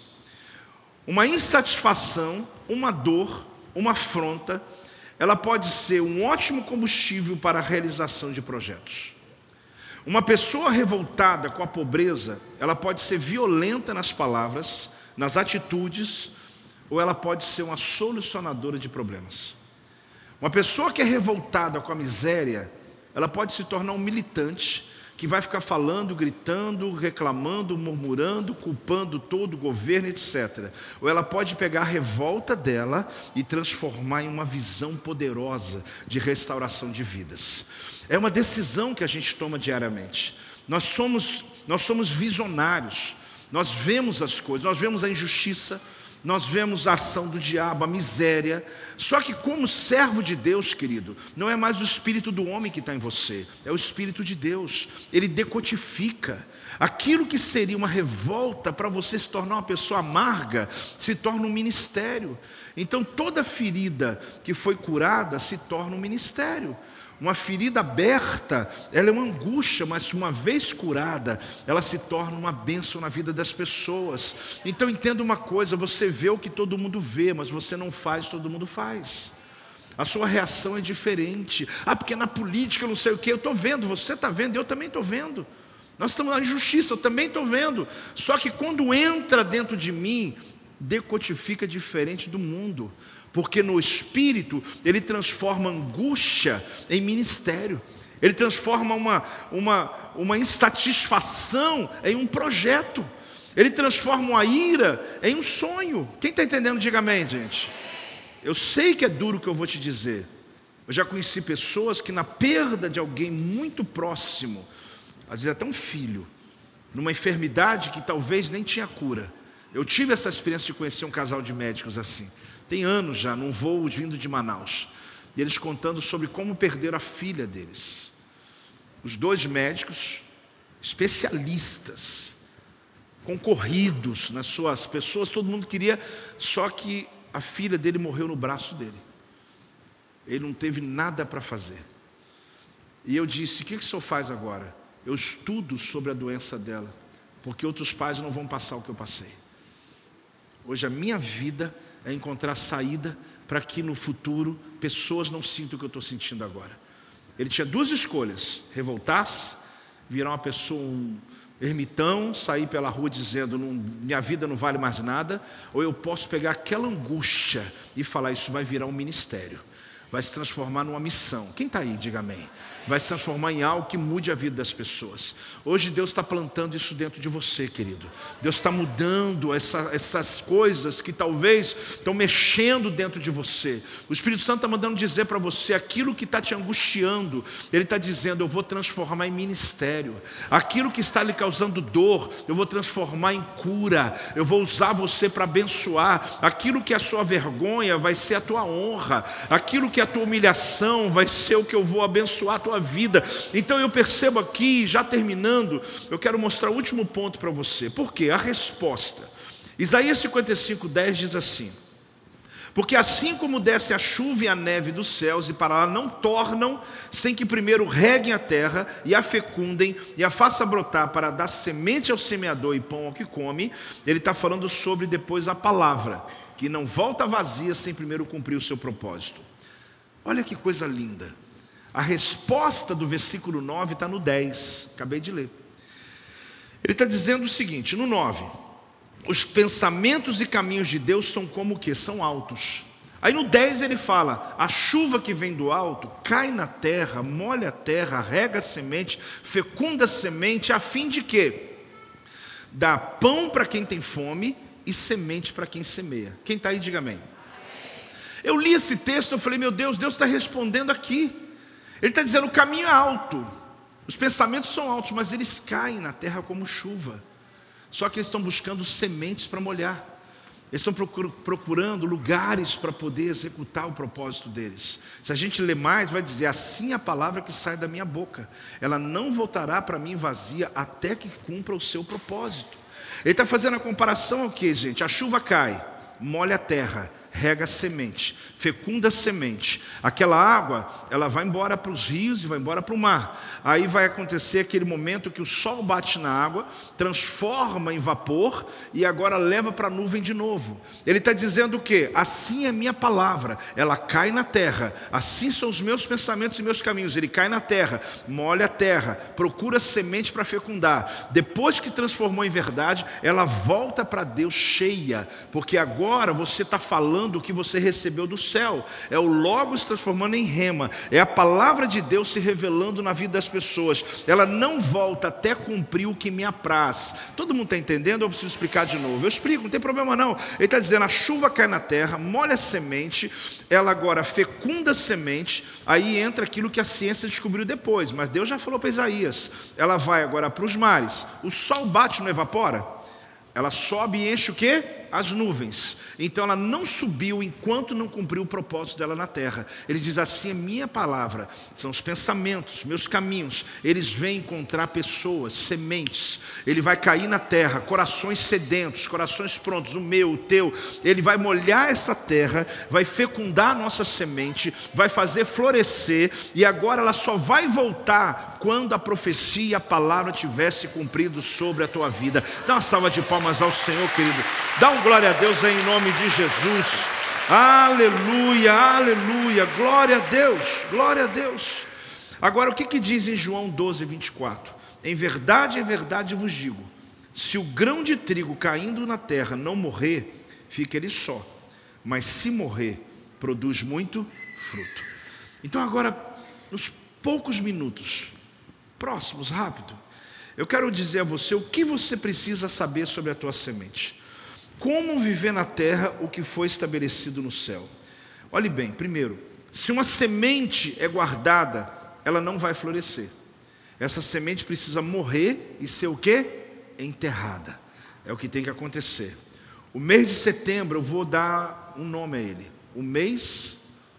Uma insatisfação, uma dor, uma afronta. Ela pode ser um ótimo combustível para a realização de projetos. Uma pessoa revoltada com a pobreza, ela pode ser violenta nas palavras, nas atitudes, ou ela pode ser uma solucionadora de problemas. Uma pessoa que é revoltada com a miséria, ela pode se tornar um militante que vai ficar falando, gritando, reclamando, murmurando, culpando todo o governo, etc. Ou ela pode pegar a revolta dela e transformar em uma visão poderosa de restauração de vidas. É uma decisão que a gente toma diariamente. Nós somos visionários. Nós vemos as coisas, nós vemos a injustiça, nós vemos a ação do diabo, a miséria. Só que como servo de Deus, querido, não é mais o espírito do homem que está em você, é o espírito de Deus. Ele decodifica. Aquilo que seria uma revolta para você se tornar uma pessoa amarga, se torna um ministério. Então toda ferida que foi curada se torna um ministério. Uma ferida aberta, ela é uma angústia, mas uma vez curada, ela se torna uma bênção na vida das pessoas. Então entenda uma coisa, você vê o que todo mundo vê, mas você não faz, todo mundo faz. A sua reação é diferente. Ah, porque na política eu não sei o que, eu estou vendo, você está vendo, eu também estou vendo. Nós estamos na injustiça, eu também estou vendo. Só que quando entra dentro de mim, decodifica diferente do mundo. Porque no Espírito, ele transforma angústia em ministério. Ele transforma uma insatisfação em um projeto. Ele transforma uma ira em um sonho. Quem está entendendo, diga amém, gente. Eu sei que é duro o que eu vou te dizer. Eu já conheci pessoas que na perda de alguém muito próximo, às vezes até um filho, numa enfermidade que talvez nem tinha cura. Eu tive essa experiência de conhecer um casal de médicos assim. Tem anos já, num voo vindo de Manaus. E eles contando sobre como perderam a filha deles. Os 2 médicos, especialistas, concorridos nas suas pessoas, todo mundo queria, só que a filha dele morreu no braço dele. Ele não teve nada para fazer. E eu disse, o que o senhor faz agora? Eu estudo sobre a doença dela, porque outros pais não vão passar o que eu passei. Hoje a minha vida é encontrar saída para que no futuro pessoas não sintam o que eu estou sentindo agora. Ele tinha 2 escolhas: revoltar-se, virar uma pessoa, um ermitão, sair pela rua dizendo minha vida não vale mais nada, ou eu posso pegar aquela angústia e falar, isso vai virar um ministério, vai se transformar numa missão. Quem está aí, diga amém. Vai se transformar em algo que mude a vida das pessoas. Hoje Deus está plantando isso dentro de você, querido. Deus está mudando essas coisas que talvez estão mexendo dentro de você. O Espírito Santo está mandando dizer para você aquilo que está te angustiando. Ele está dizendo, eu vou transformar em ministério. Aquilo que está lhe causando dor, eu vou transformar em cura. Eu vou usar você para abençoar. Aquilo que é a sua vergonha vai ser a tua honra. Aquilo que é a tua humilhação vai ser o que eu vou abençoar a tua vida. Então eu percebo aqui, já terminando, eu quero mostrar o último ponto para você. Por quê? A resposta. Isaías 55:10 diz assim: porque assim como desce a chuva e a neve dos céus e para lá não tornam, sem que primeiro reguem a terra e a fecundem e a faça brotar para dar semente ao semeador e pão ao que come, ele está falando sobre depois a palavra, que não volta vazia sem primeiro cumprir o seu propósito. Olha que coisa linda. A resposta do versículo 9 está no 10, acabei de ler. Ele está dizendo o seguinte, no 9: os pensamentos e caminhos de Deus são como o quê? São altos. Aí no 10 ele fala: a chuva que vem do alto cai na terra, molha a terra, rega a semente, fecunda a semente, a fim de quê? Dá pão para quem tem fome e semente para quem semeia. Quem está aí, diga amém. Eu li esse texto, eu falei, meu Deus, Deus está respondendo aqui. Ele está dizendo, o caminho é alto, os pensamentos são altos, mas eles caem na terra como chuva. Só que eles estão buscando sementes para molhar. Eles estão procurando lugares para poder executar o propósito deles. Se a gente ler mais, vai dizer, assim a palavra que sai da minha boca, ela não voltará para mim vazia até que cumpra o seu propósito. Ele está fazendo a comparação ao que, gente? A chuva cai, molha a terra, rega a semente, fecunda a semente. Aquela água, ela vai embora para os rios e vai embora para o mar. Aí vai acontecer aquele momento que o sol bate na água, transforma em vapor e agora leva para a nuvem de novo. Ele está dizendo o quê? Assim é minha palavra, ela cai na terra. Assim são os meus pensamentos e meus caminhos. Ele cai na terra, molha a terra, procura semente para fecundar. Depois que transformou em verdade, ela volta para Deus cheia, porque agora você está falando o que você recebeu do céu. É o Logos transformando em rema, é a palavra de Deus se revelando na vida das pessoas. Ela não volta até cumprir o que me apraz. Todo mundo está entendendo? Eu preciso explicar de novo. Eu explico, não tem problema não. Ele está dizendo, a chuva cai na terra, molha a semente, ela agora fecunda a semente. Aí entra aquilo que a ciência descobriu depois, mas Deus já falou para Isaías. Ela vai agora para os mares. O sol bate, não evapora? Ela sobe e enche o quê? As nuvens. Então ela não subiu enquanto não cumpriu o propósito dela na terra. Ele diz, assim é minha palavra, são os pensamentos, meus caminhos. Eles vêm encontrar pessoas, sementes. Ele vai cair na terra, corações sedentos, corações prontos, o meu, o teu. Ele vai molhar essa terra, vai fecundar a nossa semente, vai fazer florescer, e agora ela só vai voltar quando a profecia e a palavra tivesse cumprido sobre a tua vida. Dá uma salva de palmas ao Senhor, querido. Dá um glória a Deus aí em nome de Jesus. Aleluia, aleluia, glória a Deus, glória a Deus. Agora o que diz em João 12, 24? Em verdade vos digo, se o grão de trigo caindo na terra não morrer, fica ele só, mas se morrer, produz muito fruto. Então agora, nos poucos minutos próximos, rápido, eu quero dizer a você o que você precisa saber sobre a tua semente. Como viver na terra o que foi estabelecido no céu? Olhe bem, primeiro, se uma semente é guardada, ela não vai florescer. Essa semente precisa morrer e ser o quê? Enterrada. É o que tem que acontecer. O mês de setembro eu vou dar um nome a ele. O mês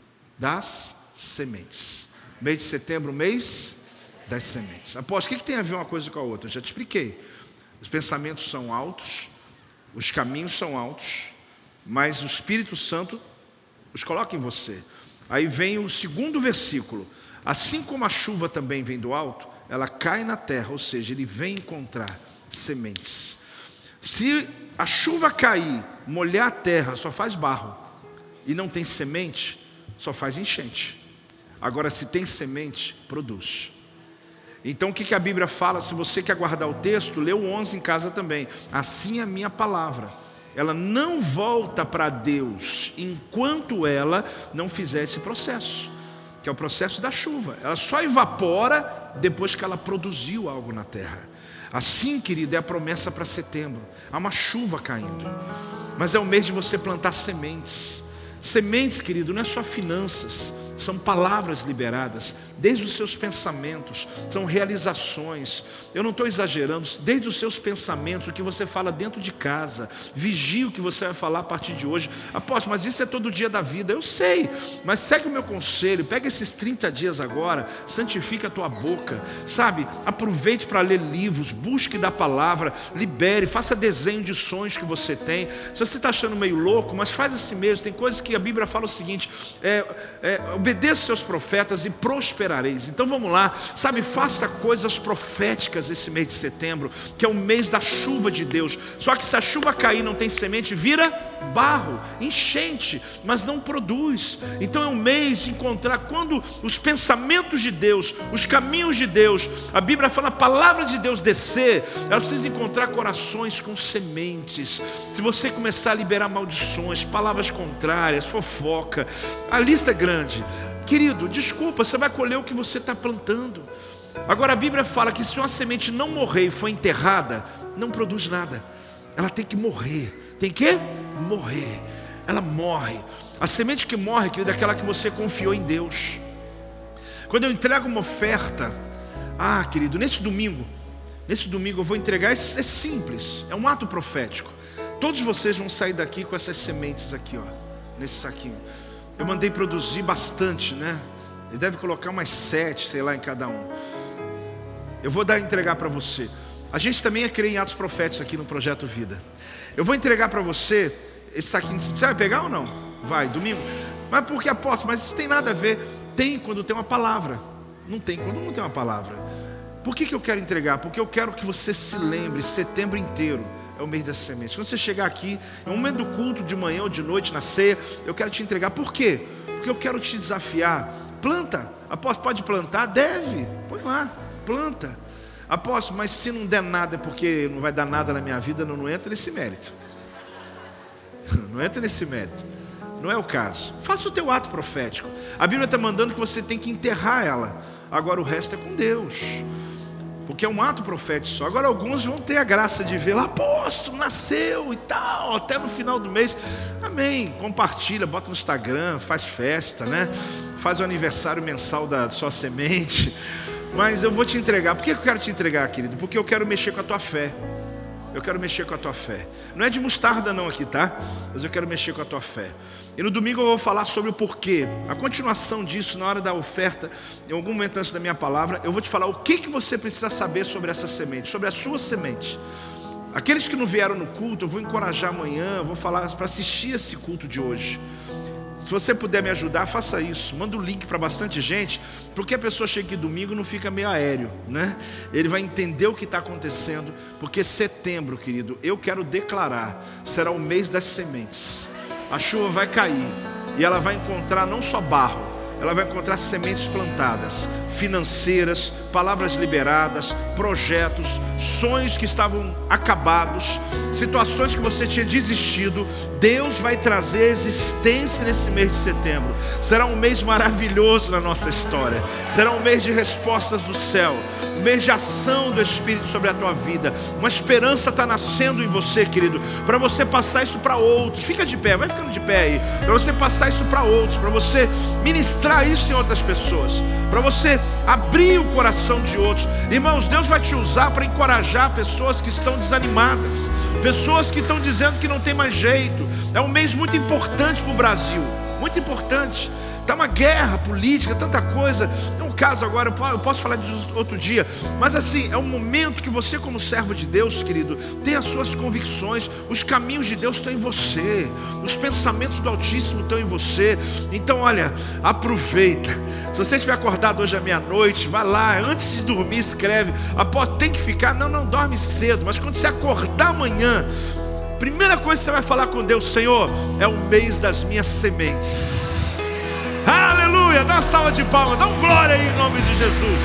das sementes. Mês de setembro, o mês das sementes. Apóstolo, o que tem a ver uma coisa com a outra? Eu já te expliquei. Os pensamentos são altos, os caminhos são altos, mas o Espírito Santo os coloca em você. Aí vem o segundo versículo. Assim como a chuva também vem do alto, ela cai na terra, ou seja, ele vem encontrar sementes. Se a chuva cair, molhar a terra, só faz barro, e não tem semente, só faz enchente. Agora, se tem semente, produz. Então o que a Bíblia fala? Se você quer guardar o texto, lê o 11 em casa também. Assim é a minha palavra, ela não volta para Deus enquanto ela não fizer esse processo, que é o processo da chuva. Ela só evapora depois que ela produziu algo na terra. Assim, querido, é a promessa para setembro. Há uma chuva caindo, mas é o mês de você plantar sementes. Sementes, querido, não é só finanças. são palavras liberadas, desde os seus pensamentos, são realizações. Eu não estou exagerando, desde os seus pensamentos, o que você fala dentro de casa. Vigie o que você vai falar a partir de hoje. Apóstolo, mas isso é todo dia da vida. Eu sei, mas segue o meu conselho, pega esses 30 dias agora, santifica a tua boca, sabe? Aproveite para ler livros, busque da palavra, libere, faça desenho de sonhos que você tem. Se você está achando meio louco, mas faz assim mesmo. Tem coisas que a Bíblia fala o seguinte, obedeça seus profetas e prosperareis. Então vamos lá, sabe, faça coisas proféticas esse mês de setembro, que é o mês da chuva de Deus. Só que se a chuva cair e não tem semente, vira barro, enchente, mas não produz. Então é um mês de encontrar, quando os pensamentos de Deus, os caminhos de Deus, a Bíblia fala, a palavra de Deus descer, ela precisa encontrar corações com sementes. Se você começar a liberar maldições, palavras contrárias, fofoca, a lista é grande. Querido, desculpa, você vai colher o que você está plantando. Agora a Bíblia fala que se uma semente não morrer e for enterrada, não produz nada. Ela tem que morrer. Tem que morrer. Ela morre. A semente que morre, querido, é aquela que você confiou em Deus. Quando eu entrego uma oferta, querido, nesse domingo eu vou entregar, é simples, é um ato profético. Todos vocês vão sair daqui com essas sementes aqui, nesse saquinho. Eu mandei produzir bastante, né? Ele deve colocar umas 7, sei lá, em cada um. Eu vou entregar para você. A gente também é crer em atos proféticos aqui no Projeto Vida. Eu vou entregar para você esse saquinho. Você vai pegar ou não? Vai, domingo. Mas por que, apóstolo? Mas isso tem nada a ver. Tem quando tem uma palavra. Não tem quando não tem uma palavra. Por que eu quero entregar? Porque eu quero que você se lembre, setembro inteiro é o mês das sementes. Quando você chegar aqui, é um momento do culto, de manhã ou de noite, na ceia, eu quero te entregar. Por quê? Porque eu quero te desafiar. Planta. Apóstolo, pode plantar? Deve. Põe lá, planta. Apóstolo, mas se não der nada é porque não vai dar nada na minha vida, não entra nesse mérito. Não entra nesse mérito. Não é o caso. Faça o teu ato profético. A Bíblia está mandando que você tem que enterrar ela. Agora o resto é com Deus. Porque é um ato profético só. Agora alguns vão ter a graça de ver lá, apóstolo, nasceu e tal, até no final do mês. Amém. Compartilha, bota no Instagram, faz festa, né? Faz o aniversário mensal da sua semente. Mas eu vou te entregar. Por que eu quero te entregar, querido? Porque eu quero mexer com a tua fé. Eu quero mexer com a tua fé. Não é de mostarda não aqui, tá? Mas eu quero mexer com a tua fé. E no domingo eu vou falar sobre o porquê. A continuação disso, na hora da oferta, em algum momento antes da minha palavra, eu vou te falar o que você precisa saber sobre essa semente, sobre a sua semente. Aqueles que não vieram no culto, eu vou encorajar amanhã, eu vou falar para assistir esse culto de hoje. Se você puder me ajudar, faça isso. Manda o link para bastante gente, porque a pessoa chega aqui domingo e não fica meio aéreo, né? Ele vai entender o que está acontecendo, porque setembro, querido, eu quero declarar, será o mês das sementes. A chuva vai cair e ela vai encontrar não só barro, ela vai encontrar sementes plantadas, financeiras, palavras liberadas, projetos, sonhos que estavam acabados, situações que você tinha desistido. Deus vai trazer existência nesse mês de setembro. Será um mês maravilhoso na nossa história. Será um mês de respostas do céu, um mês de ação do Espírito sobre a tua vida. Uma esperança está nascendo em você, querido, para você passar isso para outros. Fica de pé, vai ficando de pé aí, para você passar isso para outros, para você ministrar isso em outras pessoas, para você abrir o coração de outros. Irmãos, Deus vai te usar para encorajar pessoas que estão desanimadas, pessoas que estão dizendo que não tem mais jeito. É um mês muito importante para o Brasil, muito importante. Está uma guerra política, tanta coisa. É um caso agora, eu posso falar disso outro dia. Mas assim, é um momento que você, como servo de Deus, querido, tem as suas convicções. Os caminhos de Deus estão em você. Os pensamentos do Altíssimo estão em você. Então olha, aproveita. Se você estiver acordado hoje à meia-noite, vai lá, antes de dormir escreve. Apóstolo, tem que ficar? Não, dorme cedo. Mas quando você acordar amanhã, primeira coisa que você vai falar com Deus: Senhor, é o mês das minhas sementes. Aleluia, dá uma salva de palmas, dá um glória aí em nome de Jesus.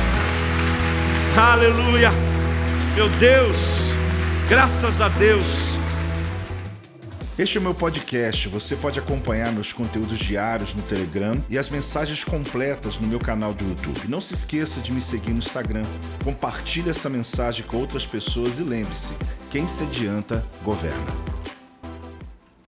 Aleluia, meu Deus, graças a Deus. Este é o meu podcast. Você pode acompanhar meus conteúdos diários no Telegram e as mensagens completas no meu canal do YouTube. Não se esqueça de me seguir no Instagram. Compartilhe essa mensagem com outras pessoas e lembre-se, quem se adianta, governa.